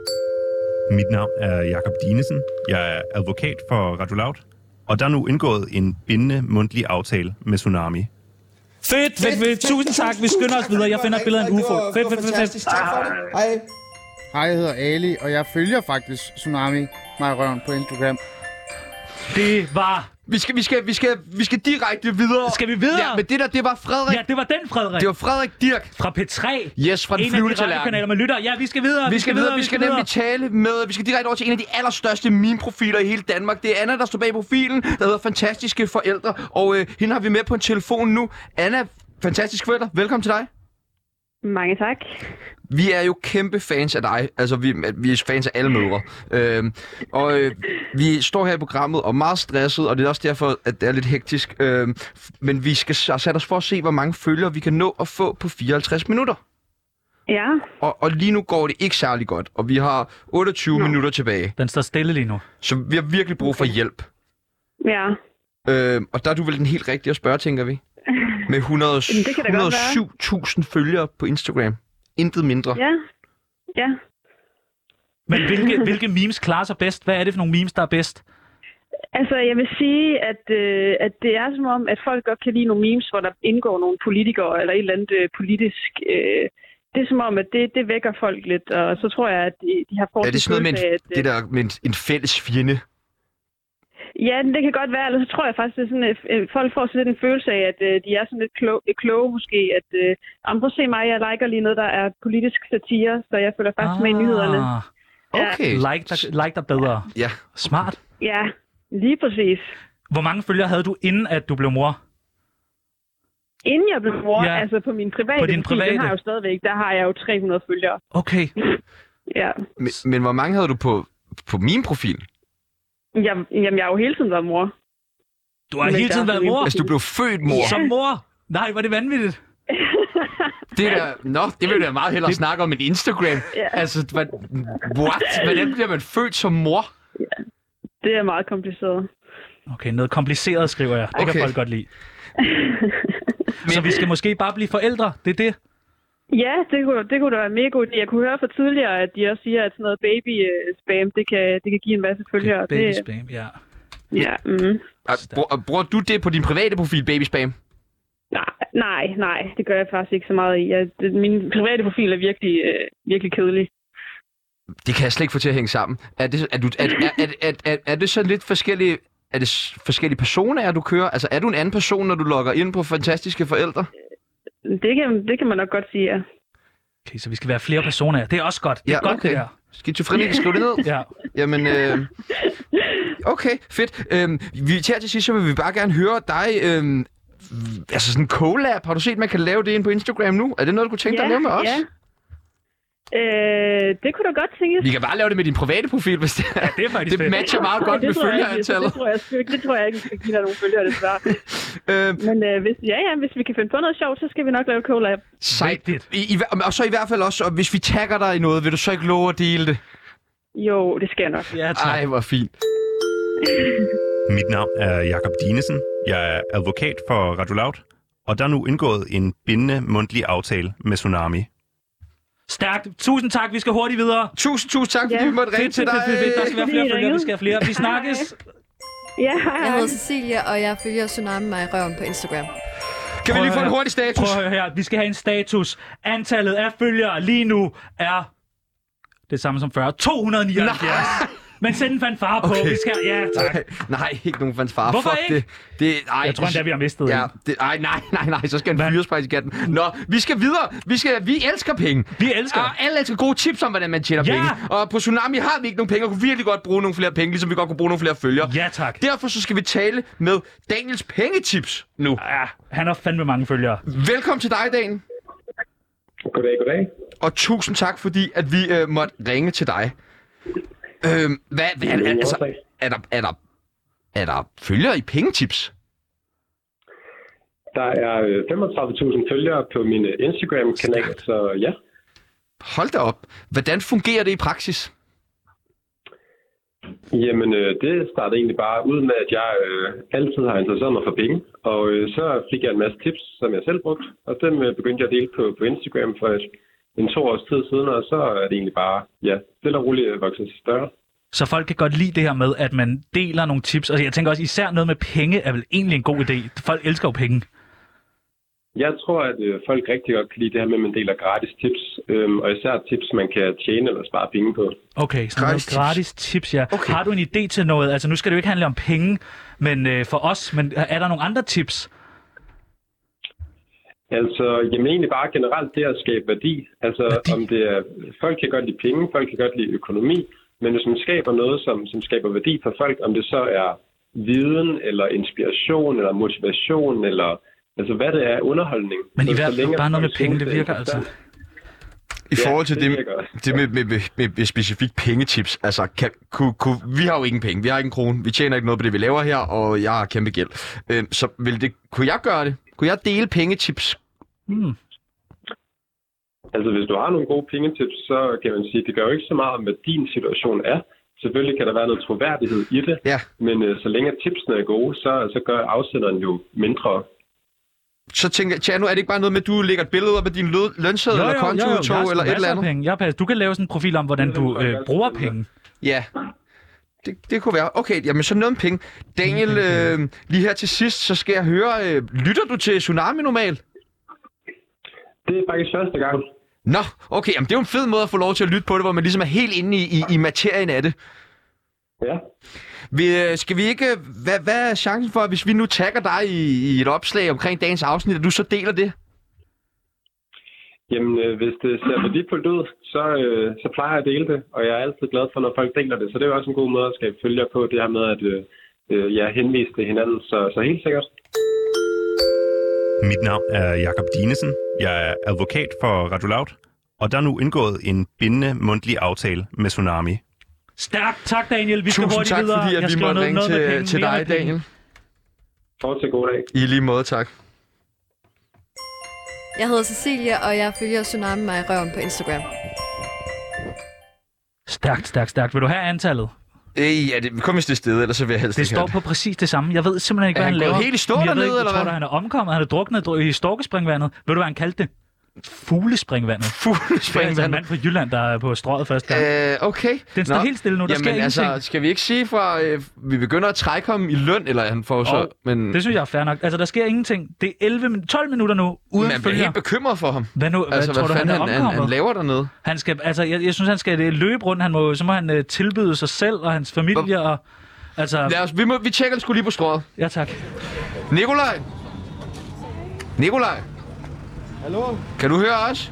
Mit navn er Jakob Dinesen. Jeg er advokat for Radio Loud. Og der er nu indgået en bindende mundtlig aftale med Tsunami. Fedt, fedt, fedt. Tusind tak. Vi skynder os videre. Jeg finder et billede af en U F O. Fedt, fedt, fedt, fedt. Tak for det. Hej. Hej, jeg hedder Ali, og jeg følger faktisk Tsunami mig i røven på Instagram. Det var... Vi skal, vi skal, vi skal, vi skal direkte videre. Skal vi videre? Ja, men det der, det var Frederik. Ja, det var den, Frederik. Det var Frederik Dirk. Fra P tre. Yes, fra den en flyvende af de tallerken. radiokanaler, man lytter. Ja, vi skal videre. Vi skal videre, vi skal nemlig tale med, vi skal direkte over til en af de allerstørste meme-profiler i hele Danmark. Det er Anna, der står bag profilen, der hedder Fantastiske Forældre, og øh, hende har vi med på en telefon nu. Anna, Fantastiske Forældre, velkommen til dig. Mange tak. Vi er jo kæmpe fans af dig, altså vi, vi er fans af alle mødre. Øhm, og øh, vi står her i programmet og er meget stresset, og det er også derfor, at det er lidt hektisk. Øhm, men vi skal sætte os for at se, hvor mange følgere vi kan nå at få på fireoghalvtreds minutter. Ja. Og, og lige nu går det ikke særlig godt, og vi har otteogtyve Nå. minutter tilbage. Den står stille lige nu. Så vi har virkelig brug for hjælp. Ja. Øhm, og der er du vel den helt rigtige at spørge, tænker vi. Med hundrede Jamen, det kan da godt hundrede og være. syv tusind følgere på Instagram. Intet mindre. Ja. Ja. Men hvilke, hvilke memes klarer sig bedst? Hvad er det for nogle memes, der er bedst? Altså, jeg vil sige, at, øh, at det er som om, at folk godt kan lide nogle memes, hvor der indgår nogle politikere eller et eller andet øh, politisk... Øh, det er som om, at det, det vækker folk lidt, og så tror jeg, at de, de har fået Er det sådan noget med en, af, at, øh, det der med en, en fælles fjende? Ja, det kan godt være. Eller så tror jeg faktisk, at sådan, at øh, folk får sådan lidt en følelse af, at øh, de er sådan lidt kloge, kloge måske. At, øh, prøv at se mig, jeg liker lige noget, der er politisk satire, så jeg følger faktisk ah, med i nyhederne. Okay. Ja. Like, dig, like dig bedre. Ja. Smart. Ja, lige præcis. Hvor mange følgere havde du, inden at du blev mor? Inden jeg blev mor, Ja. ja. altså på min private, På din profil, private? den har jeg jo stadigvæk, der har jeg jo tre hundrede følgere. Okay. Ja. Men, men hvor mange havde du på, på min profil? Jeg, jamen, jeg har jo hele tiden været mor. Du har Men hele der tiden er været min mor? Altså, du blev født mor? Som mor? Nej, var det vanvittigt. Det der, nå, det vil jeg meget hellere det... snakke om en Instagram. Ja. Altså, hvad, what? Hvordan bliver man født som mor? Ja. Det er meget kompliceret. Okay, noget kompliceret, skriver jeg. Det okay. kan folk godt lide. Så vi skal måske bare blive forældre, det er det? Ja, det kunne, det kunne da være mega god idé. Jeg kunne høre fra tidligere, at de også siger, at sådan noget baby-spam, det kan, det kan give en masse følgere. Okay, baby-spam, ja. Ja, mm. Bruger, bruger du det på din private profil, baby-spam? Nej, nej, nej, det gør jeg faktisk ikke så meget i. Jeg, det, min private profil er virkelig, øh, virkelig kedelig. Det kan jeg slet ikke få til at hænge sammen. Er det, er du, er, er, er, er, er, er det så lidt forskellige... Er det forskellige personer, du kører? Altså, er du en anden person, når du logger ind på Fantastiske Forældre? Det kan, det kan man nok godt sige, ja. Okay, så vi skal være flere personer. Det er også godt. Det er Ja, godt, okay. det der. Skizofreni, skriv det ned. Ja. Jamen, øh, okay, fedt. Øhm, vi, til her til sidst, så vil vi bare gerne høre dig... Øhm, altså sådan en collab. Har du set, man kan lave det ind på Instagram nu? Er det noget, du kunne tænke ja, dig at lave med os? Ja. Øh, det kunne du godt tænke. Vi kan bare lave det med din private profil, hvis det, ja, det er faktisk det matcher meget godt det med følgerantallet. Det tror jeg ikke, det tror jeg ikke, vi skal give dig nogle følgere, desværre. øh, Men øh, hvis, ja, ja, hvis vi kan finde på noget sjovt, så skal vi nok lave collab. Sejt. I, i, og så i hvert fald også, og hvis vi tagger dig i noget, vil du så ikke love at dele det? Jo, det skal jeg nok. Ja, tak. Ej, hvor fint. Mit navn er Jakob Dinesen. Jeg er advokat for Radio Loud. Og der er nu indgået en bindende mundtlig aftale med Tsunami. Stærkt. Tusind tak. Vi skal hurtigt videre. Tusind, tusind tak, fordi vi måtte ringe til dig. Fedt, fedt, fedt. Der skal være flere følgere. Vi skal have flere. Vi snakkes. Ja, Jeg hedder Cecilia, og jeg følger Tsunami mig i røven på Instagram. Kan vi lige få en hurtig status? Prøv at høre her. Vi skal have en status. Antallet af følgere lige nu er det samme som før. to hundrede nioghalvfjerds. Men send en fanfare på. Okay. Vi skal... Ja, tak. Okay. Nej, ikke nogen fanfare. Hvorfor Fuck ikke? Det. Det, ej, Jeg tror endda, vi har mistet ja, en. det. Ej, nej, nej, nej, så skal en fyres praktikanten. Nå, vi skal videre. Vi, skal, vi elsker penge. Vi elsker. Og alle elsker gode tips om, hvordan man tjener Ja. penge. Og på Tsunami har vi ikke nogen penge, og kunne virkelig godt bruge nogle flere penge, ligesom vi godt kunne bruge nogle flere følgere. Ja, tak. Derfor så skal vi tale med Daniels pengetips nu. Ja, han har fandme mange følgere. Velkommen til dig, Dan. Goddag, goddag. Og tusind tak, fordi at vi øh, måtte ringe til dig. Øh, hvad, hvad er, altså, er, der, er, der, er der følgere i pengetips? Der er femogtredive tusind følgere på min Instagram-kanal, så ja. Hold da op. Hvordan fungerer det i praksis? Jamen, øh, det startede egentlig bare ud med, at jeg øh, altid har interesseret mig for penge. Og øh, så fik jeg en masse tips, som jeg selv brugte. Og dem øh, begyndte jeg at dele på, på Instagram for et, en to års tid siden. Og så er det egentlig bare, ja, stille og roligt vokset sig større. Så folk kan godt lide det her med, at man deler nogle tips. Og jeg tænker også, især noget med penge er vel egentlig en god idé. Folk elsker jo penge. Jeg tror, at øh, folk rigtig godt kan lide det her med, at man deler gratis tips. Øhm, og især tips, man kan tjene eller spare penge på. Okay, så gratis, tips. gratis tips, ja. Okay. Har du en idé til noget? Altså, nu skal det jo ikke handle om penge, men øh, for os. Men er der nogle andre tips? Altså, jamen egentlig bare generelt det at skabe værdi. Altså, værdi. om det er... Folk kan godt lide penge, folk kan godt lide økonomi. Men hvis man skaber noget, som, som skaber værdi for folk, om det så er viden, eller inspiration, eller motivation, eller... Altså, hvad det er, underholdning. Men i hvert fald bare noget med penge, det virker altså. I forhold til det, det, det med, med, med, med, med specifikt pengetips, altså, kan, ku, ku, vi har jo ingen penge, vi har ikke en krone, vi tjener ikke noget på det, vi laver her, og jeg har kæmpe gæld. Øh, så vil det, kunne jeg gøre det? Kunne jeg dele pengetips? Hmm. Altså, hvis du har nogle gode pengetips, så kan man sige, det gør jo ikke så meget om, hvad din situation er. Selvfølgelig kan der være noget troværdighed i det, ja. men øh, så længe tipsene er gode, så, så gør afsenderen jo mindre. Så tænker jeg, Tjano, er det ikke bare noget med, at du lægger et billede op af din lønseddel eller kontoudtog eller et eller andet? Penge. Jeg passer. Du kan lave sådan en profil om, hvordan du øh, bruger penge. Ja, det, det kunne være. Okay, jamen så noget om penge. Daniel, øh, lige her til sidst, så skal jeg høre, øh, lytter du til Tsunami normalt? Det er faktisk første gang. Nå, okay, jamen det er jo en fed måde at få lov til at lytte på det, hvor man ligesom er helt inde i, i, i materien af det. Ja. Vi, skal vi ikke... Hvad, hvad er chancen for, hvis vi nu tagger dig i, i et opslag omkring dagens afsnit, at du så deler det? Jamen, øh, hvis det ser værdifuldt ud, så, øh, så plejer jeg at dele det. Og jeg er altid glad for, når folk deler det. Så det er jo også en god måde at skabe følgere på, det her med at øh, ja, henvise til hinanden. Så, så helt sikkert. Mit navn er Jakob Dinesen. Jeg er advokat for Radio Loud. Og der er nu indgået en bindende mundtlig aftale med Tsunami. Stærkt, tak Daniel. Vi skal Tusind hurtigt tak, videre. fordi at jeg vi måtte ringe noget til, penge, til dig, Daniel. Fortsæt god dag. I lige måde, tak. Jeg hedder Cecilia, og jeg følger Tsunami mig i røven på Instagram. Stærkt, stærkt, stærkt. Vil du have antallet? Øh, ja, det kom hvis det er sted, ellers så vil jeg helst Det ikke står have på præcis det samme. Jeg ved simpelthen ikke, Er hvad han han, gået laver. helt i stå Jeg ved dernede, ikke, eller tror hvad? du, han er omkommet? Han er druknet i storkespringvandet. Ved du, hvad han kaldte det? Fuglespringvandet. Fuglespringvandet. Det er altså en mand fra Jylland, der er på strøget første gang. Øh, okay. Den står Nå. helt stille nu. Der Jamen, sker altså, ingenting. skal vi ikke sige fra, øh, vi begynder at trække ham i løn, eller han får så... Og Men det synes jeg er fair nok. Altså, der sker ingenting. Det er elleve, tolv minutter nu, uden man bliver helt bekymret for ham. Hvad nu? Altså, hvad, hvad tror du, fanden han er han, han, omkommet? han laver dernede? Han skal, altså, jeg, jeg synes, han skal øh, løbe rundt. Han må, så må han uh, tilbyde sig selv og hans familie. Og, altså... Lad os, vi, må, vi tjekker det sgu lige på strået. Ja, tak. Nikolaj? Nikolaj? Hallo? Kan du høre os?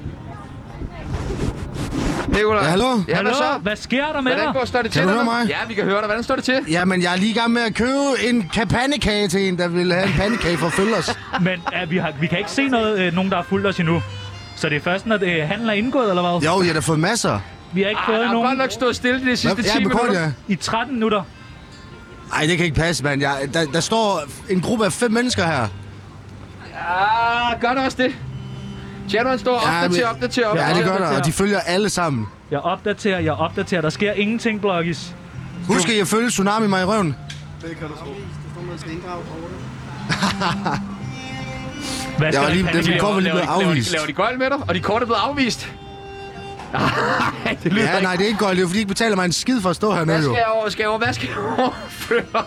Nikolaj? Ja, hallo? Ja, Hallo? hvad så? Hvad sker der med Hvordan dig? går, står det til Kan du dig? høre mig? Ja, vi kan høre dig. Hvordan står det til? Jamen, jeg er lige i gang med at købe en pandekage til en, der vil have en pandekage for at følge os. Men uh, vi, har, vi kan ikke se noget, øh, nogen der har fulgt os endnu. Så det er først, når det, handlen er indgået, eller hvad? Jo, jeg har da fået masser. Vi har ikke Ah, fået der har nogen godt nok stået stille de sidste Hvad? ti Ja, men kort, minutter. ja. i tretten minutter. Ej, det kan ikke passe, mand. Jeg, der, der står en gruppe af fem mennesker her. Ah, gør det også det. Tjerno, han står Ja, opdater, men- opdater, opdater. Ja, det gør der, opdaterer. og de følger alle sammen. Jeg opdaterer, jeg opdaterer. Der sker ingenting, Bloggis. Husk, at jeg følger Tsunami mig i røven. Det kan du tro. Der står, man skal inddrage kortet. Hvad Jeg var skal lige, der den panik- kort var lige Laver blevet de, laver, de, afvist. laver de gøjl med dig, og de kort er blevet afvist? Ej, det lyder Ja, nej, ikke. det er ikke godt. Det er fordi, de ikke betaler mig en skid for at stå hernede, Hvad skal jo. jeg over? Skal jeg over? Hvad skal jeg overføre?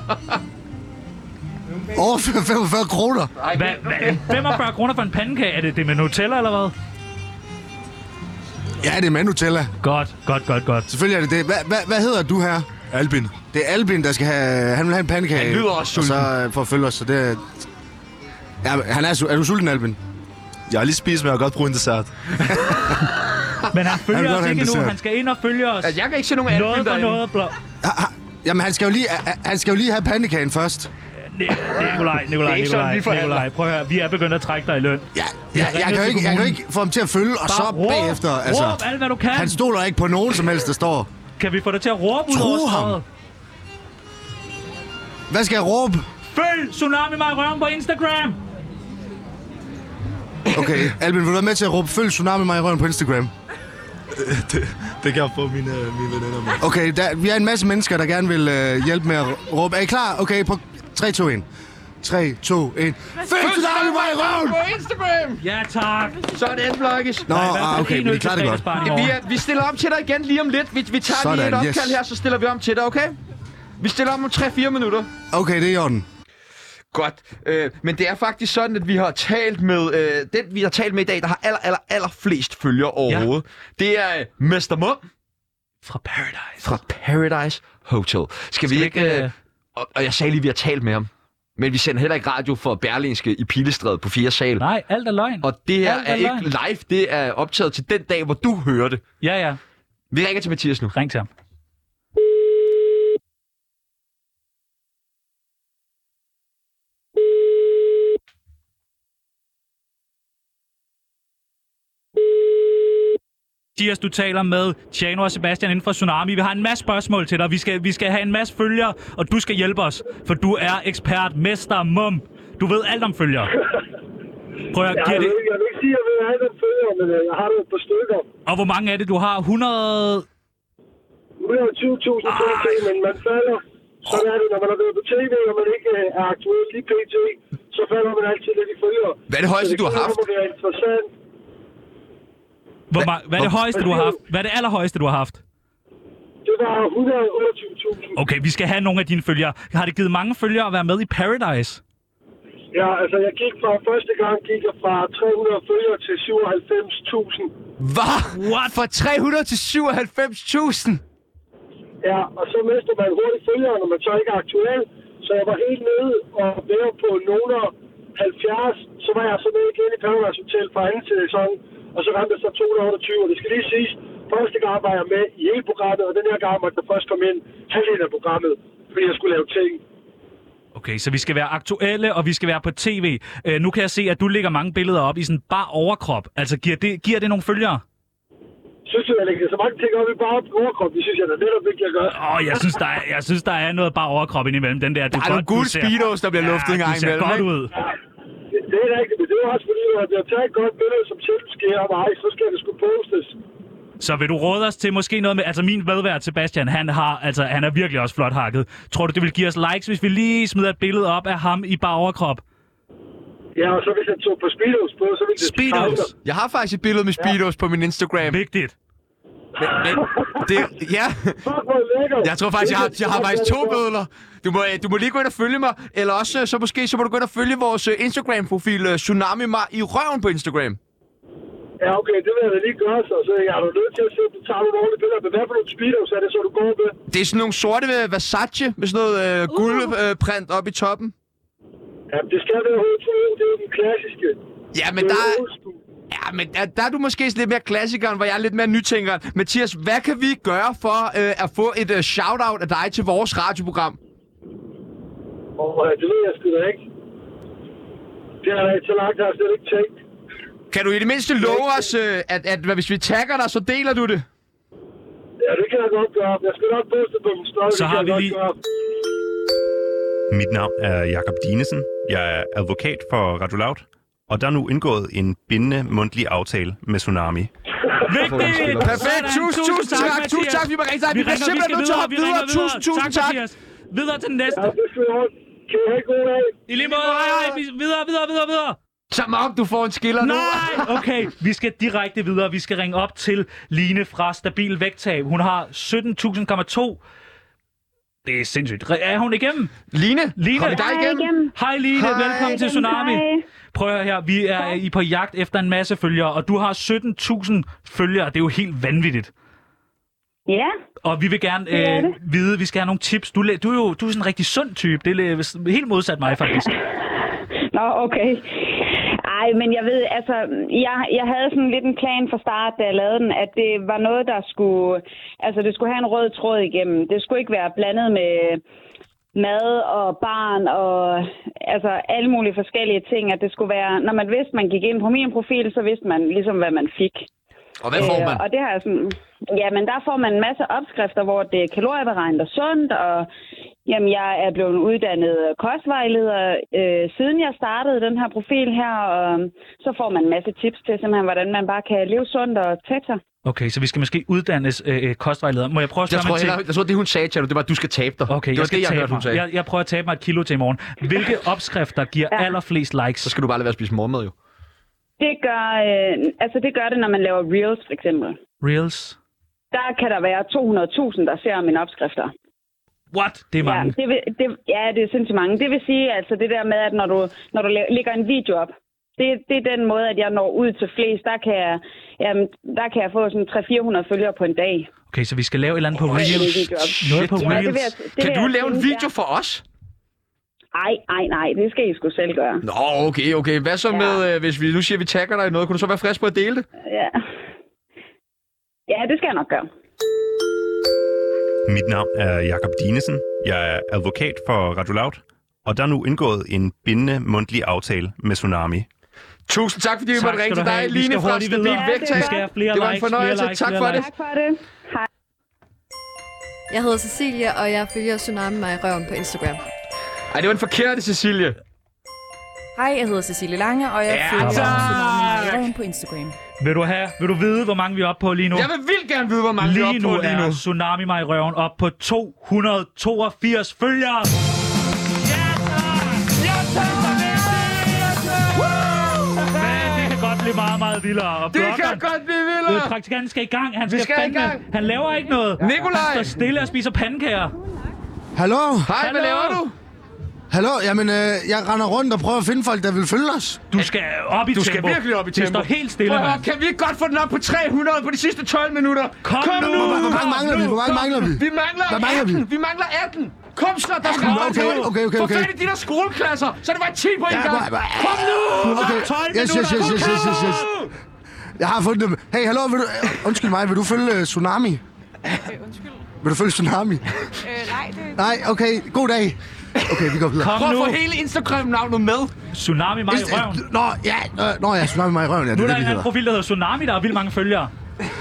Overfør femogfyrre kroner. Ej, Hvad, hvad, femogfyrre kroner for en pandekage? Er det det med Nutella, eller hvad? Ja, det er med Nutella. Godt, godt, godt, godt. Selvfølgelig er det det. Hvad, hvad, hvad hedder du her? Albin. Det er Albin, der skal have... Han vil have en pandekage. Han lyder også sulten. Og så øh, for at følge os, så det er... Ja, han er, er du sulten, Albin? Jeg har lige spist, men jeg har godt brugt en dessert. Men han følger Han os ikke nu. dessert. Han skal ind og følge os. Altså, jeg kan ikke se nogen Albin Noget for derinde. noget blå. Jamen, han skal jo lige, han skal jo lige have pandekagen først. Nikolaj, Det Nikolaj, er ikke sådan, Nikolaj, vi forhandler. Nikolaj. Prøv at høre. Vi er begyndt at trække dig i løn. Ja, ja jeg, kan jo ikke, jeg kan jo ikke få ham til at følge, og så Bare råb, bagefter... Altså, råb alt, hvad du kan. Han stoler ikke på nogen som helst, der står. Kan vi få dig til at råbe ud Tro over ham. strøget? Hvad skal jeg råbe? Følg Tsunami mig i røven på Instagram! Okay, Albin, vil du være med til at råbe følg Tsunami mig i røven på Instagram? det, det kan jeg få mine, mine veninder med. Okay, der, vi er en masse mennesker, der gerne vil øh, hjælpe med at råbe. Er I klar? Okay, på tre, to, et. tre, to, et. Følg Tsunami mig i røven! På Instagram! Ja, tak. Sådan, Blokkes. Nå, ah, okay, men vi klarer det godt. Vi, er, vi stiller om til dig igen lige om lidt. Vi, vi tager Sådan, lige et opkald yes. her, så stiller vi om til dig, okay? Vi stiller om om tre fire minutter. Okay, det er i orden. Godt. Øh, men det er faktisk sådan, at vi har talt med... Øh, den, vi har talt med i dag, der har aller, aller, aller flest følgere overhovedet. Ja. Det er øh, mester Mum. Fra Paradise. Fra Paradise Hotel. Skal, Skal vi ikke... ikke Øh, og, og jeg sagde lige, at vi har talt med ham. Men vi sender heller ikke radio for Berlingske i Pilestræde på fjerde sal. Nej, alt er løgn. Og det her alt er, er ikke løgn. live. Det er optaget til den dag, hvor du hører det. Ja, ja. Vi ringer til Mathias nu. Ring til ham. Mathias, du taler med Tjano og Sebastian inden for Tsunami. Vi har en masse spørgsmål til dig. Vi skal, vi skal have en masse følgere, og du skal hjælpe os. For du er ekspert, mester, mum. Du ved alt om følgere. Prøv at Jeg, give jeg, det. ved, jeg vil ikke sige, at jeg ved alt om følgere, men øh, jeg har det på stykker. Og hvor mange er det? Du har hundrede... hundrede og tyve tusind pt, men man falder. Sådan er det, når man er ved på tv, og man ikke er aktuel lige pt, så falder man altid lidt i følgere. Hvad er det højeste, du har haft? Det er interessant. Hvor ma- hvad er det højeste, du har haft? Hvad er det allerhøjeste, du har haft? Det var et hundrede og otteogtyve tusind. Okay, vi skal have nogle af dine følgere. Har det givet mange følgere at være med i Paradise? Ja, altså jeg gik fra første gang gik jeg fra tre hundrede følgere til syvoghalvfems tusind. Hvad? What? Fra tre hundrede til syvoghalvfems tusind? Ja, og så mister man hurtigt følgere, når man så ikke er aktuel. Så jeg var helt nede og være på nogen halvfjerds. Så var jeg så nede igen i Paradise Hotel fra anden sæson. Og så ramte jeg så to hundrede og otteogtyve, og det skal lige siges, første gang var jeg med i hele programmet, og den her gang måtte jeg først komme ind halvdelen af programmet, fordi jeg skulle lave ting. Okay, så vi skal være aktuelle, og vi skal være på tv. Uh, nu kan jeg se, at du lægger mange billeder op i sådan bare overkrop. Altså, giver det, giver det nogle følgere? Synes du, jeg lægger så mange ting op i bare overkrop? Det synes jeg, der er netop vigtigt at gøre. Åh, oh, jeg synes, der er, jeg synes, der er noget bare overkrop indimellem. Den der, du der er godt, nogle gule speedos, der bliver ja, luftet en gang imellem. Du ser godt ud. Ja, det, det er rigtigt, men det er også fordi, at jeg tager et godt billede, som selv sker af mig, så skal det sgu postes. Så vil du råde os til måske noget med... Altså, min medvært Sebastian, han, har, altså, han er virkelig også flot hakket. Tror du, det vil give os likes, hvis vi lige smider et billede op af ham i bare overkrop? Ja, og så hvis jeg tog på speedos på, så vil det... Speedos? Jeg har faktisk et billede med speedos ja. på min Instagram. Vigtigt. Men, men, det, ja. Jeg tror faktisk, jeg har, jeg har faktisk to billeder. Du må, du må lige gå ind og følge mig, eller også så måske så må du gå ind og følge vores Instagram-profil Tsunami mig i røven på Instagram. Ja, okay, det vil jeg da lige gøre, så, så jeg er nødt til at se, at du tager nogle ordentlige billeder. Men hvad for nogle speedos er det, så du går med? Det er sådan nogle sorte Versace med sådan noget øh, guldprint øh, op i toppen. Ja, det skal være H to O, det er jo den klassiske. Ja, men der er... Ja, men der, der er du måske lidt mere klassikeren, hvor jeg er lidt mere nytænkeren. Mathias, hvad kan vi gøre for øh, at få et uh, shout-out af dig til vores radioprogram? Åh, oh, det ved jeg sgu da ikke. Det er da ikke så langt, jeg har slet ikke tænkt. Kan du i det mindste love os, øh, at, at, at hvis vi tagger dig, så deler du det? Ja, det kan jeg godt gøre. Jeg skal nok poste på min story. Så har vi lige... Mit navn er Jakob Dinesen. Jeg er advokat for Radio Loud. Og der er nu indgået en bindende mundtlig aftale med Tsunami. Vigtigt! Perfekt! Tusind, tusind tak! Tusind tak, vi må ringe dig. Vi bliver simpelthen nødt til at hoppe videre. Tusind, tusind tak! Videre til den næste. Ja, det skal vi holde. Kan I have god dag? I lige måde. Videre, videre, videre, videre. Som om du får en skiller nu. Nej! Okay, vi skal direkte videre. Vi skal ringe op til Line fra Stabil Vægttab. Hun har sytten tusind komma to. Det er sindssygt. Er hun igennem? Line, Line. kom vi dig igennem? Hej Line, Hej. Velkommen til Tsunami. Hej. Prøv at høre her, vi er i på jagt efter en masse følgere, og du har sytten tusind følgere. Det er jo helt vanvittigt. Ja. Og vi vil gerne Det er øh, det. vide, vi skal have nogle tips. Du, du er jo du er sådan en rigtig sund type. Det er helt modsat mig, faktisk. Nå, okay. Ej, men jeg ved, altså, jeg, jeg havde sådan lidt en plan fra start, da jeg lavede den, at det var noget, der skulle, altså det skulle have en rød tråd igennem. Det skulle ikke være blandet med mad og barn og altså alle mulige forskellige ting, at det skulle være, når man vidste, man gik ind på min profil, så vidste man ligesom, hvad man fik. Og hvad får man? Øh, og det har jeg sådan, jamen der får man en masse opskrifter, hvor det er kalorieberegnet og sundt, og jamen jeg er blevet uddannet kostvejleder, øh, siden jeg startede den her profil her, og så får man en masse tips til simpelthen, hvordan man bare kan leve sundt og tabe sig. Okay, så vi skal måske uddannes øh, kostvejleder. Må jeg prøve at Jeg spørge tror, mig til... jeg, jeg tror, det hun sagde til dig, det var, at du skal tabe dig. Okay, det var jeg skal det, jeg tabe hørte, hun mig. sagde. Jeg, jeg prøver at tabe mig et kilo til i morgen. Hvilke opskrifter giver ja. allerflest likes? Så skal du bare lade være at spise morgenmad, jo. Det gør, øh, altså det gør det, når man laver Reels, for eksempel. Reels? Der kan der være to hundrede tusind, der ser mine opskrifter. What? Det er mange. Ja, det vil, det, ja, det er sindssygt mange. Det vil sige, altså det der med, at når du, når du lægger en video op, det, det er den måde, at jeg når ud til flest. Der kan jeg, jamen, der kan jeg få sådan tre til fire hundrede følgere på en dag. Okay, så vi skal lave et eller andet på Oh, Reels. Noget på ja, Reels. det vil jeg, det Kan vil du jeg lave en synes, video ja. for os? Ej, ej, nej, det skal I sgu selv gøre. Nå, okay, okay. Hvad så med, øh, hvis vi nu siger, at vi tagger dig i noget? Kunne du så være frisk på at dele det? Ja. Ja, det skal jeg nok gøre. Mit navn er Jakob Dinesen. Jeg er advokat for Radio Loud, og der er nu indgået en bindende mundtlig aftale med Tsunami. Tusind tak, fordi vi Tak måtte ringe skal til du dig. have. Vi Line skal fra hurtigt Stabil videre. Vægttab. Vi skal have flere Det var en likes, fornøjelse. flere likes, Tak flere for det. likes. Tak for det. Hej. Jeg hedder Cecilia, og jeg følger Tsunami mig i røven på Instagram. Ej, det var en forkerte, Cecilie. Hej, jeg hedder Cecilie Lange, og jeg Ja, følger tak. Tsunami mig i røven på Instagram. Vil du have, vil du vide, hvor mange vi er oppe på lige nu? Jeg vil vildt gerne vide, hvor mange vi er Lige oppe nu på lige nu. er Tsunami mig i røven op på to hundrede toogfirs følgere. Men det kan godt blive meget, meget vildere. Og Det kan bloggeren, godt blive vildere. øh, praktikanten skal i gang. Han Vi skal, skal i fandme- gang. Han laver ikke noget. Nikolaj! Han står stille og spiser pandekager. Hallo? Hej, hvad laver du? Hallo? Jamen, øh, jeg render rundt og prøver at finde folk, der vil følge os. Du skal op i Du tempo. skal virkelig op i tempo. Det står helt stille, Prøv at høre, mand. kan vi ikke godt få den op på tre hundrede på de sidste tolv minutter? Kom nu! Hvor hvor mange mangler vi? Hvor mange mangler vi? Vi mangler Hvad mangler vi? atten. Vi mangler atten. Kom så, der skal Okay, holde okay, ud. okay, okay, Få okay. fat i de der skoleklasser, så det var ti på en Ja, gang. hvor- hvor- Kom nu! Okay, tolv yes, yes, yes, yes, yes, yes, yes. Jeg har fundet dem. Hey, hallo, vil du, øh, undskyld mig, vil du følge uh, Tsunami? Øh, undskyld. Vil du følge Tsunami? Øh, nej, det... Nej, okay, god dag. Okay, vi går videre. Kom Prøv at nu. få hele Instagram-navnet med. Tsunami mig i røven. Nå, ja, øh, nå ja, Tsunami mig i røven, ja, det Nu er er der det, en vi anden hedder. profil, der hedder Tsunami, der har vildt mange følgere.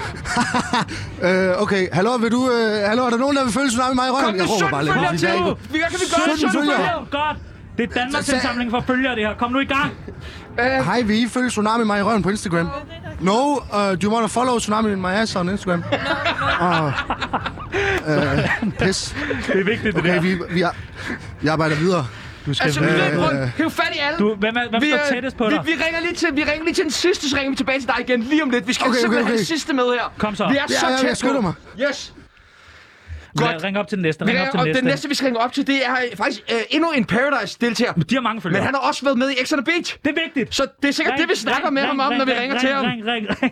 Øh, okay, hallo, vil du, øh, hallo, er der nogen, der vil følge Tsunami mig i røven? Kom, Jeg det råber bare lidt. følger fordi det er til. ikke- Vi kan vi gøre det sytten sådan følgere. følger. Godt. Det er Danmarks Så- så- indsamling for følgere, det her. Kom nu i gang. Hej, vil I følge Tsunami mig i røven på Instagram? No, uh, do you want to follow Tsunami in my ass on Instagram? No, no. Uh, pis. Det er vigtigt, det Okay, der. vi, vi, ar- vi arbejder videre. Du skal Altså, vi øh, løber rundt. Hiv fat i alle. Du, hvem, er, hvem Vi, står øh, tættest på vi, dig? vi, ringer lige til, vi ringer lige til den sidste, så ringer vi tilbage til dig igen lige om lidt. Vi skal Okay, okay, simpelthen okay. have den sidste med her. Kom så. Vi er Ja, så ja, tæt jeg skynder på. mig. Yes. Godt. Ring op til den næste. Vi Ring op ringer, til og den den næste. næste, vi skal ringe op til, det er øh, faktisk øh, endnu en Paradise-deltager. De har mange følgere. Men han har også været med i X on the Beach. Det er vigtigt. Så det er sikkert Ring, det, vi snakker ring, med ring, ham om, ring, når vi ring, ringer ring, til ham. Ring, ring, ring.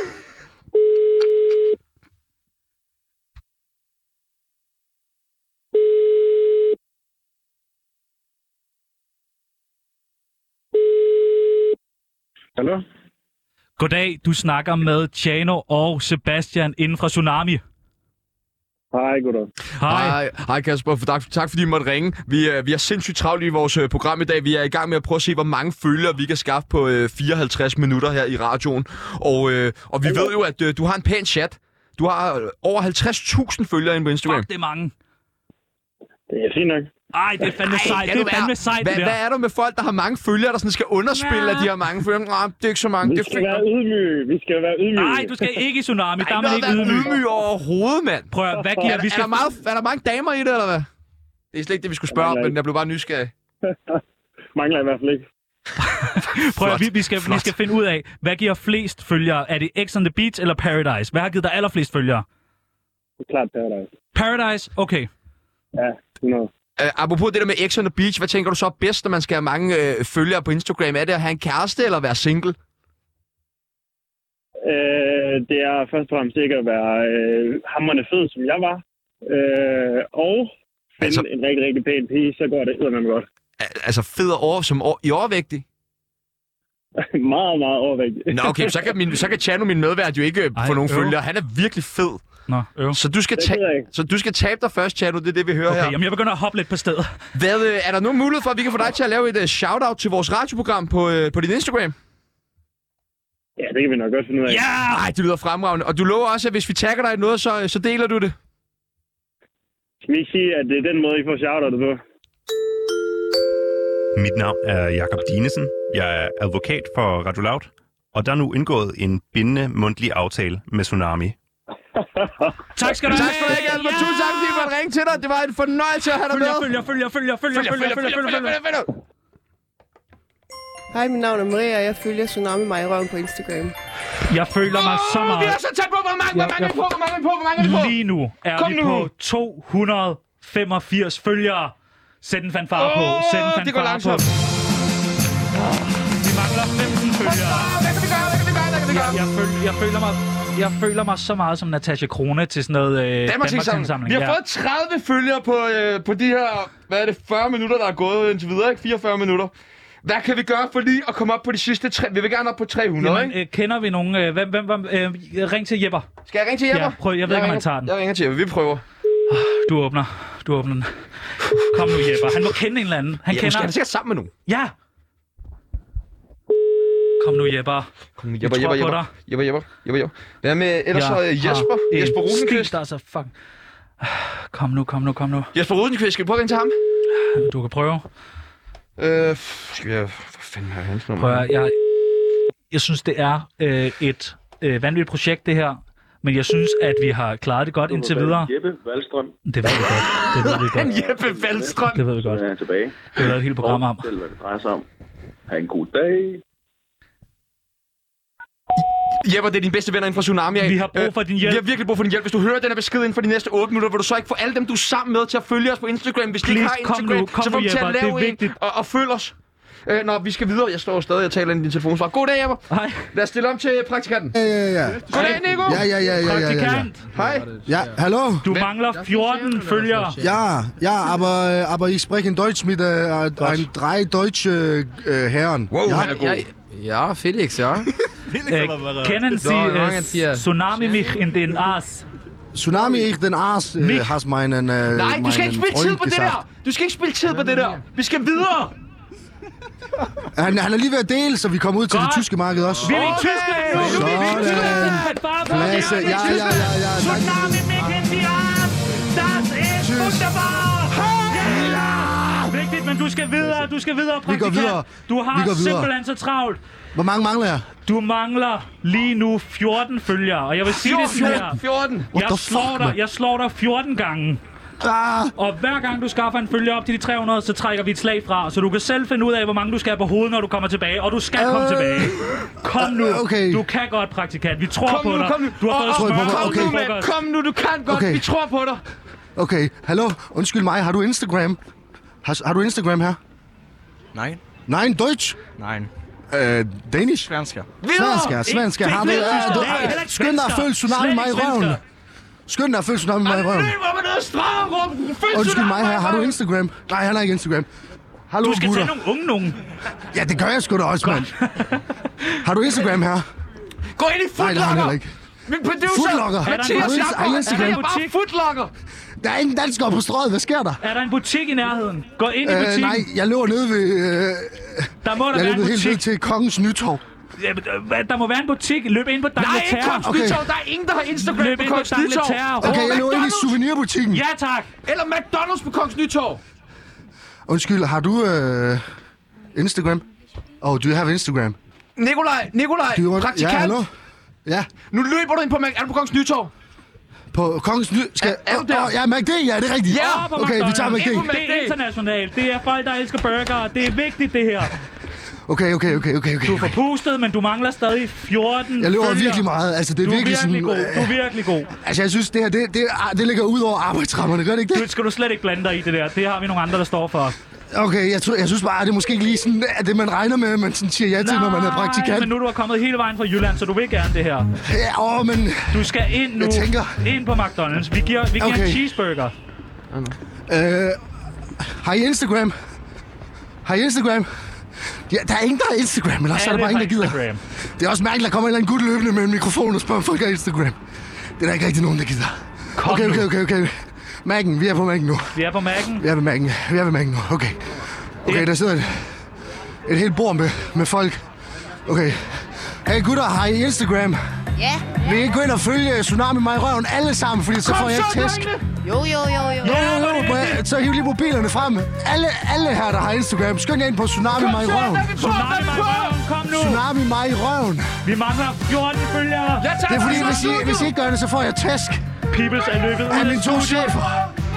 Hallo? Goddag, du snakker med Tjano og Sebastian inden fra Tsunami. Hej, goddag. Hej. Hej, hej Kasper. Tak, tak fordi I måtte ringe. Vi, øh, vi er sindssygt travlt i vores øh, program i dag. Vi er i gang med at prøve at se, hvor mange følgere vi kan skaffe på øh, fireoghalvtreds minutter her i radioen. Og, øh, og vi ved jo, at øh, du har en pæn chat. Du har øh, over halvtreds tusind følgere inde på Instagram. Fuck, det er mange. Det er fint nok. Ej, det er fandme Ej, sejt. kan Det du er fandme være- sejt, hvad, det der. hvad er der med folk, der har mange følgere, der sådan skal underspille, Ja. at de har mange følgere? Nej, det er ikke så mange. Vi Det er skal fint. være ydmyge. Vi skal være ydmyge. Nej, du skal ikke i Tsunami. Der er man noget, ikke der er ydmyg. ydmyg overhovedet, mand. Prøv at, hvad Er, giver der, vi er, skal... der meget, er der mange damer i det, eller hvad? Det er slet ikke det, vi skulle spørge om, Mangler men jeg blev bare nysgerrig. Mangler i hvert fald ikke. Prøv at, Flot, vi, vi, skal, vi flot. skal finde ud af, hvad giver flest følgere? Er det X on the Beach eller Paradise? Hvad har givet dig allerflest følgere? Det er klart Paradise. Paradise? Okay. Ja, hundrede. Uh, apropos det der med X on the Beach, hvad tænker du så er bedst, når man skal have mange uh, følgere på Instagram? Er det at have en kæreste eller være single? Øh, det er først og fremmest ikke at være øh, hamrende fed, som jeg var. Øh, og finde altså, en rigtig, rigtig pæn pige, så går det eddermame godt. Altså fed og over, som over, i overvægtig? meget, meget overvægtig. Nå, okay, så kan, min, så kan Chano, min medvært, jo ikke Ej, få nogen følgere. Han er virkelig fed. Nå, øv. Så du skal, ta- så du skal tabe dig først, Chano. Det er det, vi hører okay, her. Jamen, jeg begynder at hoppe lidt på stedet. Hvad, øh, er der nogen mulighed for, at vi kan få dig til at lave et uh, shout-out til vores radioprogram på, uh, på din Instagram? Ja, det kan vi nok godt finde ud af. Ja! Ej, det lyder fremragende. Og du lover også, at hvis vi tagger dig i noget, så, så deler du det? Skal vi ikke sige, at det er den måde, I får shout-out på? Mit navn er Jakob Dinesen. Jeg er advokat for Radio Loud. Og der er nu indgået en bindende mundtlig aftale med Tsunami. Tak skal du have. Tak skal du have, Albert. Tusind tak, fordi vi måtte ringe til dig. Det var en fornøjelse at have dig med. Følger, følger, følger, følger, følger, følger, følger, følger. Hej, mit navn er Maria, og jeg følger Tsunami mig i røven på Instagram. Jeg føler mig så meget. Vi er så tæt på. Hvor mange, hvor mange er på? Hvor mange er på? Hvor mange er på? Lige nu er vi på to hundrede femogfirs følgere. Sæt en fanfare på. Sæt en fanfare på. Vi mangler femten følgere. Hvad kan vi gøre? Hvad kan vi gøre? Hvad kan vi gøre? Jeg, jeg, føl, jeg, føler mig, jeg føler mig så meget som Natasha Krone til sådan noget øh, Danmarksindsamling. Vi har fået tredive følgere på, øh, på de her, hvad er det, fyrre minutter, der er gået indtil videre, ikke? fireogfyrre minutter. Hvad kan vi gøre for lige at komme op på de sidste tre? Vi vil gerne op på tre hundrede, Jamen, ikke? Øh, kender vi nogen? Øh, hvem, hvem, hvem øh, ring til Jepper. Skal jeg ringe til Jepper? Ja, prøv. Jeg ved jeg ikke, om han tager den. Jeg ringer til Jepper. Vi prøver. Du åbner. Du åbner den. Kom nu, Jepper. Han må kende en eller anden. Han ja, kender. Han er sikkert sammen med nogen. Ja. Kom nu, Jepper. Kom nu, Jepper, Jepper, Jepper. Jepper, Jepper, Jepper, Jepper. Hvad med ellers så Jesper? Jesper Rosenqvist. Altså, fuck. Kom nu, kom nu, kom nu. Jesper Rosenqvist, skal vi prøve at ringe til ham? Du kan prøve. Øh, skal vi... Hvad fanden har hans nummer? Prøv at, jeg, jeg synes, det er øh, et øh, vanvittigt projekt, det her. Men jeg synes, at vi har klaret det godt indtil videre. Jeppe Wallstrøm. Det ved vi godt. Det ved vi godt. Jeppe Wallstrøm. Det ved vi godt. Så er jeg tilbage. Det har lavet et helt program om. Selv hvad det drejer sig om. Ha' en god dag. Jeppe, det er din bedste venner inden for Tsunami. Vi har brug for din hjælp. Vi har virkelig brug for din hjælp. Hvis du hører den her besked inden for de næste otte minutter, vil du så ikke få alle dem, du er sammen med, til at følge os på Instagram. Hvis de ikke har Instagram, nu, kom så får nu, de til at Jeppe, lave en og, og følge os. Øh, nå, vi skal videre. Jeg står stadig og taler ind i din telefonsvar. God dag, Jeppe. Hej. Lad os stille om til praktikanten. Ja, ja, ja. Goddag, Nico. Ja, ja, ja, ja, ja, ja. Praktikant. Hej. Ja, hallo. Du mangler fjorten følgere. Ja, ja, aber, aber ich spreche Deutsch mit äh, ein drei deutsche äh, Herren. Wow, ja. han er god. Ja, Felix, ja. äh, kennen Sie äh, Tsunami mich in den Aas? Tsunami ich den Aas äh, has meinen äh, Nej, du skal ikke spille tid på det der. Du skal ikke spille tid på det der. Vi skal videre. Han, han er lige ved at dele, så vi kommer ud til det tyske marked også. Vi er i Tyskland nu! Nu er vi i Tyskland! Klasse, ja, ja, ja, ja. Tsunami mich in den Aas! Das ist wunderbar! Vigtigt, men du skal videre, du skal videre, praktikant. Vi går videre. Du har vi går videre. simpelthen så travlt. Hvor mange mangler jeg? Du mangler lige nu fjorten følgere, og jeg vil sige det sådan her. fjorten? Jeg slår dig, jeg slår dig fjorten gange. Ah. Og hver gang du skaffer en følger op til de tre hundrede, så trækker vi et slag fra. Så du kan selv finde ud af, hvor mange du skal have på hovedet, når du kommer tilbage. Og du skal komme øh. tilbage. Kom nu. Okay. Du kan godt, praktikant. Vi tror kom på nu, dig. Kom nu, du har fået oh, oh, smør. Kom okay. nu, mand. Kom nu, du kan godt. Okay. Vi tror på dig. Okay, hallo. Undskyld mig, har du Instagram? Har, har du Instagram her? Nej. Nej, Deutsch? Nej. Øh, Danish? Svenska. Svenska, svenska. Har du... Øh, du skynd dig at følge Tsunami mig i røven. Skynd dig at følge Tsunami mig i røven. Undskyld mig her, har du Instagram? Nej, han har ikke Instagram. Hallo, du skal gutter. tage nogle unge nogen. Ja, det gør jeg sgu da også, mand. Har du Instagram her? Gå ind i Footlocker. Nej, det har han heller ikke. Min producer. Footlocker. Mathias Jakob. Er der bare Footlocker? Der er ingen danskere på strøget. Hvad sker der? Er der en butik i nærheden? Gå ind i butikken. Øh, nej, jeg løber ned ved... Øh, der må der jeg være en butik. helt ned til Kongens Nytorv. Der må være en butik. Løb ind på D'Angleterre. Nej, ikke Kongens okay. Nytorv. Der er ingen, der har Instagram Løb på ind på Kongens Nytorv. Okay, jeg løber ind i souvenirbutikken. Ja, tak. Eller McDonald's på Kongens Nytorv. Undskyld, har du øh, Instagram? Oh, do you have Instagram? Nikolaj, Nikolaj, want... praktikant. Ja, hallo? Ja. Nu løber du ind på Mac. Er du på Kongens Nytorv? På Kongens Ny... Skal... Er, er du der? Oh, ja, McD, ja, det er rigtigt. Ja, okay, vi tager McD. Det er internationalt. Det er folk, der elsker burger. Det er vigtigt, det her. Okay, okay, okay, okay, okay. Du er forpustet, men du mangler stadig fjorten Jeg løber følger. virkelig meget. Altså, det er du er virkelig, virkelig sådan, god. Du er virkelig god. Altså, jeg synes, det her, det, det, det ligger ud over arbejdsrammerne, gør det ikke det? Du skal du slet ikke blande dig i det der. Det har vi nogle andre, der står for. Okay, jeg, tror, jeg synes bare, at det er måske ikke lige sådan, at det man regner med, man sådan siger ja til, Nej, når man er praktikant. men nu er du kommet hele vejen fra Jylland, så du vil gerne det her. Ja, åh, men... Du skal ind nu. Jeg tænker... Ind på McDonald's. Vi giver, vi giver Okay. en cheeseburger. Øh, har I Instagram? Har I Instagram? Ja, der er ingen, der har Instagram, eller så er der bare ingen, der gider. Instagram. Det er også mærkeligt, at der kommer en eller anden gut løbende med en mikrofon og spørger, om folk har Instagram. Det er der ikke rigtig nogen, der gider. Kom okay, nu. okay, okay, okay. Mac'en, vi er på Mac'en nu. Vi er på Mac'en. Vi er ved Mac'en, vi er ved Mac'en nu, okay. Okay, der sidder et, et helt bord med, med folk. Okay. Hey gutter, har I Instagram? Ja. Vil I ikke gå ind og følge Tsunami mig i røven alle sammen, fordi så Kom får jeg så, ikke tæsk? drenge! Jo, jo, jo, jo. Jo, jo, jo, jo. Så hiv lige mobilerne frem. Alle, alle her, der har Instagram, skynd jer ind på Tsunami mig i røven. Tsunami mig i røven, kom nu! Tsunami mig i røven. Vi mangler fjorten følgere. Det er fordi, hvis I, hvis I ikke gør det, så får jeg tæsk. Peoples er løbet ud af mine to studiet. chefer.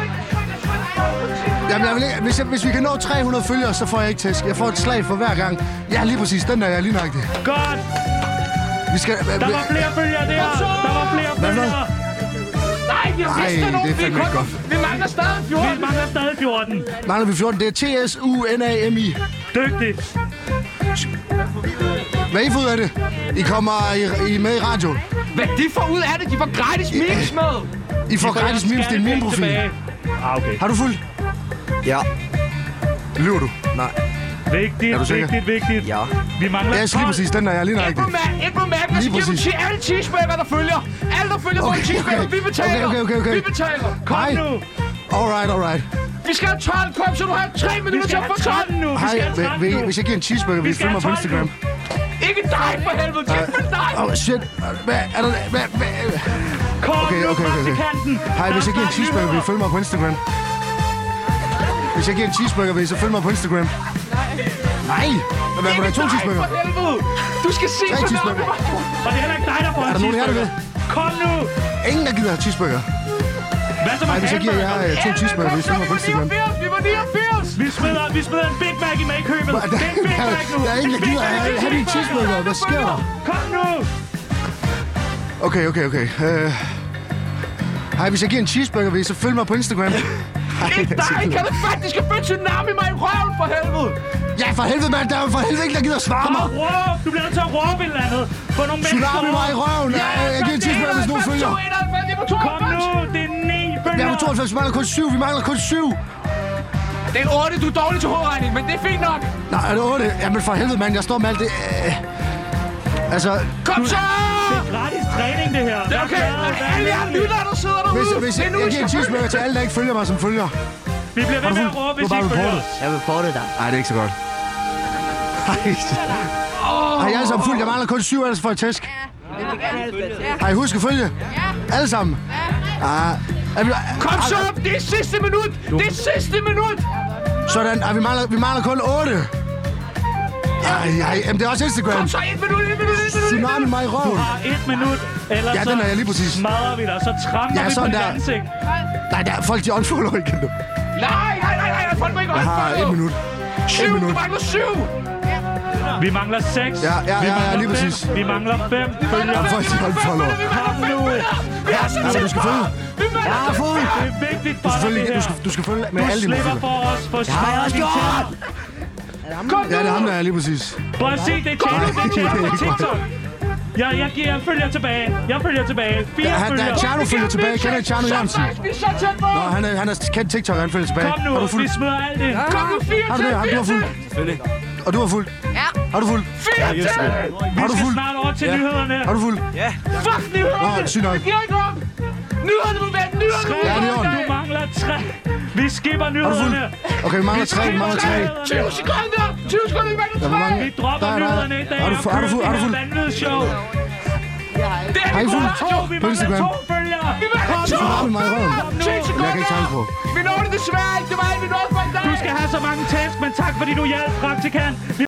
Jamen, jeg vil ikke, hvis, jeg, hvis vi kan nå tre hundrede følgere, så får jeg ikke tæsk. Jeg får et slag for hver gang. Ja, lige præcis. Den der er lige nøjagtig. Godt! Vi skal... Der var flere følgere der! Der var flere Hvad følgere! Nej, vi har Ej, mistet det nogen. er Vi, fandme kun, ikke godt. vi mangler stadig fjorten. Vi mangler stadig fjorten. Mangler vi fjorten? Det er T S U N A M I. Dygtigt. Hvad er I får ud af det? I kommer I, I med i radioen. Hvad de får ud af det? De får gratis memes med. I får De får gratis jeres memes, det er min skattekort profil. tilbage. Ah, okay. Har du fulgt? Ja. Lyver du? Nej. Vigtigt, Er du sikker? vigtigt, vigtigt. Ja. Vi mangler Ja, lige tolv. præcis. Den der er lige Ind nøjagtig. på Mac, ind på Mac, og så Lige giver du præcis. til alle cheeseburger, der følger. Alle, der følger, får en Okay, cheeseburger. okay. Vi betaler. Okay, okay, okay, okay. Vi betaler. Kom Hej. nu! Alright, alright. Vi skal have tolv. Kom, så du har tre Vi minutter til skal at få have tolv. tretten nu! Vi Hej, skal have vil- tretten vil I- nu! hvis jeg giver en cheeseburger, vil I skal følge mig på have tolv Instagram? Ikke dig, for helvede. Ikke for dig. Oh shit. Hvad er der? Hvad? Hvad? Kom Okay, nu, okay, okay, okay. praktikanten! Hej, hvis jeg giver en Der er cheeseburger, vil I nyheder. følge mig på Instagram? Hvis jeg giver en cheeseburger, vil I så følge mig på Instagram? Nej! Hvad må der være to cheeseburger? For helvede. Du skal se Tre sådan cheeseburger. Og det er heller ikke dig, der får Er en der nogen her, der cheeseburger. vil? Kom nu! Ingen, der giver cheeseburger. Hvad så Nej, med hvis jeg giver jer hamburger? øh, to cheeseburger, vil I følge mig på Instagram? Vi var niogfirs. Vi smider, vi smider en Big Mac i magkøbet. Hvad- Det er en Big der- Mac nu. der er ingen, der En Big gider Mac, have- en have din cheeseburger. Hvad sker der? Kom nu! Okay, okay, okay. Øh... Hej, hvis jeg giver en cheeseburger, vil I så følge mig på Instagram? Ikke dig. Kan du faktisk følge Tsunami mig i røven, for helvede. Ja, for helvede, mand. Der er jo for helvede ikke, der gider svare Kom mig. og råb! Du bliver nødt til at råbe et eller andet. Få nogle mennesker Tsunami mig i røven. Ja, jeg giver en cheeseburger, hvis nogen følger. Kom nu! Det er ni Vi er følgere. på tooghalvfems, vi mangler kun syv. Vi mangler kun syv. Det er en otte. Du er dårlig til hovedregning, men det er fint nok. Nej, er det otte? Jamen for helvede, mand. Jeg står med alt det... Øh... Altså... Kom så! Det er gratis træning, det her. Det er okay. Alle jer lytter, der sidder derude. Hvis, hvis jeg, Det er nu, jeg vi giver en skal cheeseburger til alle, der ikke følger mig som følger. Vi bliver ved Har du med at fulgt? råbe, Du hvis har I bare følger reportet. os. Jeg vil porte dig. Nej, det er ikke så godt. Har I alle sammen fulgt? Jeg mangler kun syv, ellers får jeg tæsk. Har I husket at følge? Ja. Alle sammen? Ah, er vi, Kom så op. Det er sidste minut. Det er sidste minut. sådan. Ah, vi, mangler, vi mangler kun otte. Ej, ej, jamen, det er også Instagram. Kom så. Et minut, et minut, et minut. Tsunami mig i Du røven. har et minut, ellers Ja, den er jeg lige præcis. så smadrer vi dig, så tramper Ja, vi på sådan dit der. ansigt. Nej, der er folk, de unfollower igen nu. Nej, nej, nej, nej. Folk må ikke Jeg har holde et minut. Syv. Et Du minut. mangler syv. Vi mangler seks. Ja, ja, Vi ja, ja, mangler lige fem. præcis. Vi mangler fem Der følgere. er folk, de unfollower. Kom nu! Vi er så Altså, du tæt skal på. følge. Vi mangler Jeg har fået. Det er vigtigt for Du skal dig, følge, det du her. skal, du skal følge med Du alle dine slipper profiler. for os for svaret din ting. Kom Ja, det er ham, nu. der er lige præcis. Prøv at se, det er Nej, Tjerno, det det er er Tjerno på ikke mig. TikTok. Jeg, jeg giver jeg følger tilbage. Jeg følger tilbage. Fire Ja, han, der følgere. er Tjerno følger tilbage. Kender I Tjerno Jørgensen? Vi er så tæt på. Nå, han er, han er kendt TikTok, han følger tilbage. Kom nu, Har du vi fulgt? smider alt det. Kom nu, fire Har du til, det? Har du fire har fulgt? Selvfølgelig. Og du har fulgt? Ja. Har du fulgt? Fire til. Vi Har du skal fulgt? snart over til nyhederne. Har du fulgt? Ja. Fuck nyhederne. Nå, sygt nok. Det giver ikke om. Nyhederne må være nyhederne. Ja, det er Du ordentligt. mangler tre. Vi skipper Har du fulgt? nyhederne. Okay, vi mangler tre, vi mangler tre. tyve sekunder. tyve sekunder. Vi mangler Ja, hvor mange? Vi dropper Der er der. nyhederne i dag. Har du og fu- har du kører fu- har du det her fulgt? vanvidsshow. Det er Har I vi fulgt? to. Vi På mangler Instagram. to følgere. Vi mangler to. Tsunami mig i røven. tyve Jeg kan ikke tegne på. sekunder. Vi når det desværre ikke. Det var alt, vi nåede for i dag. Du skal have så mange tæsk, men tak fordi du hjalp, praktikant.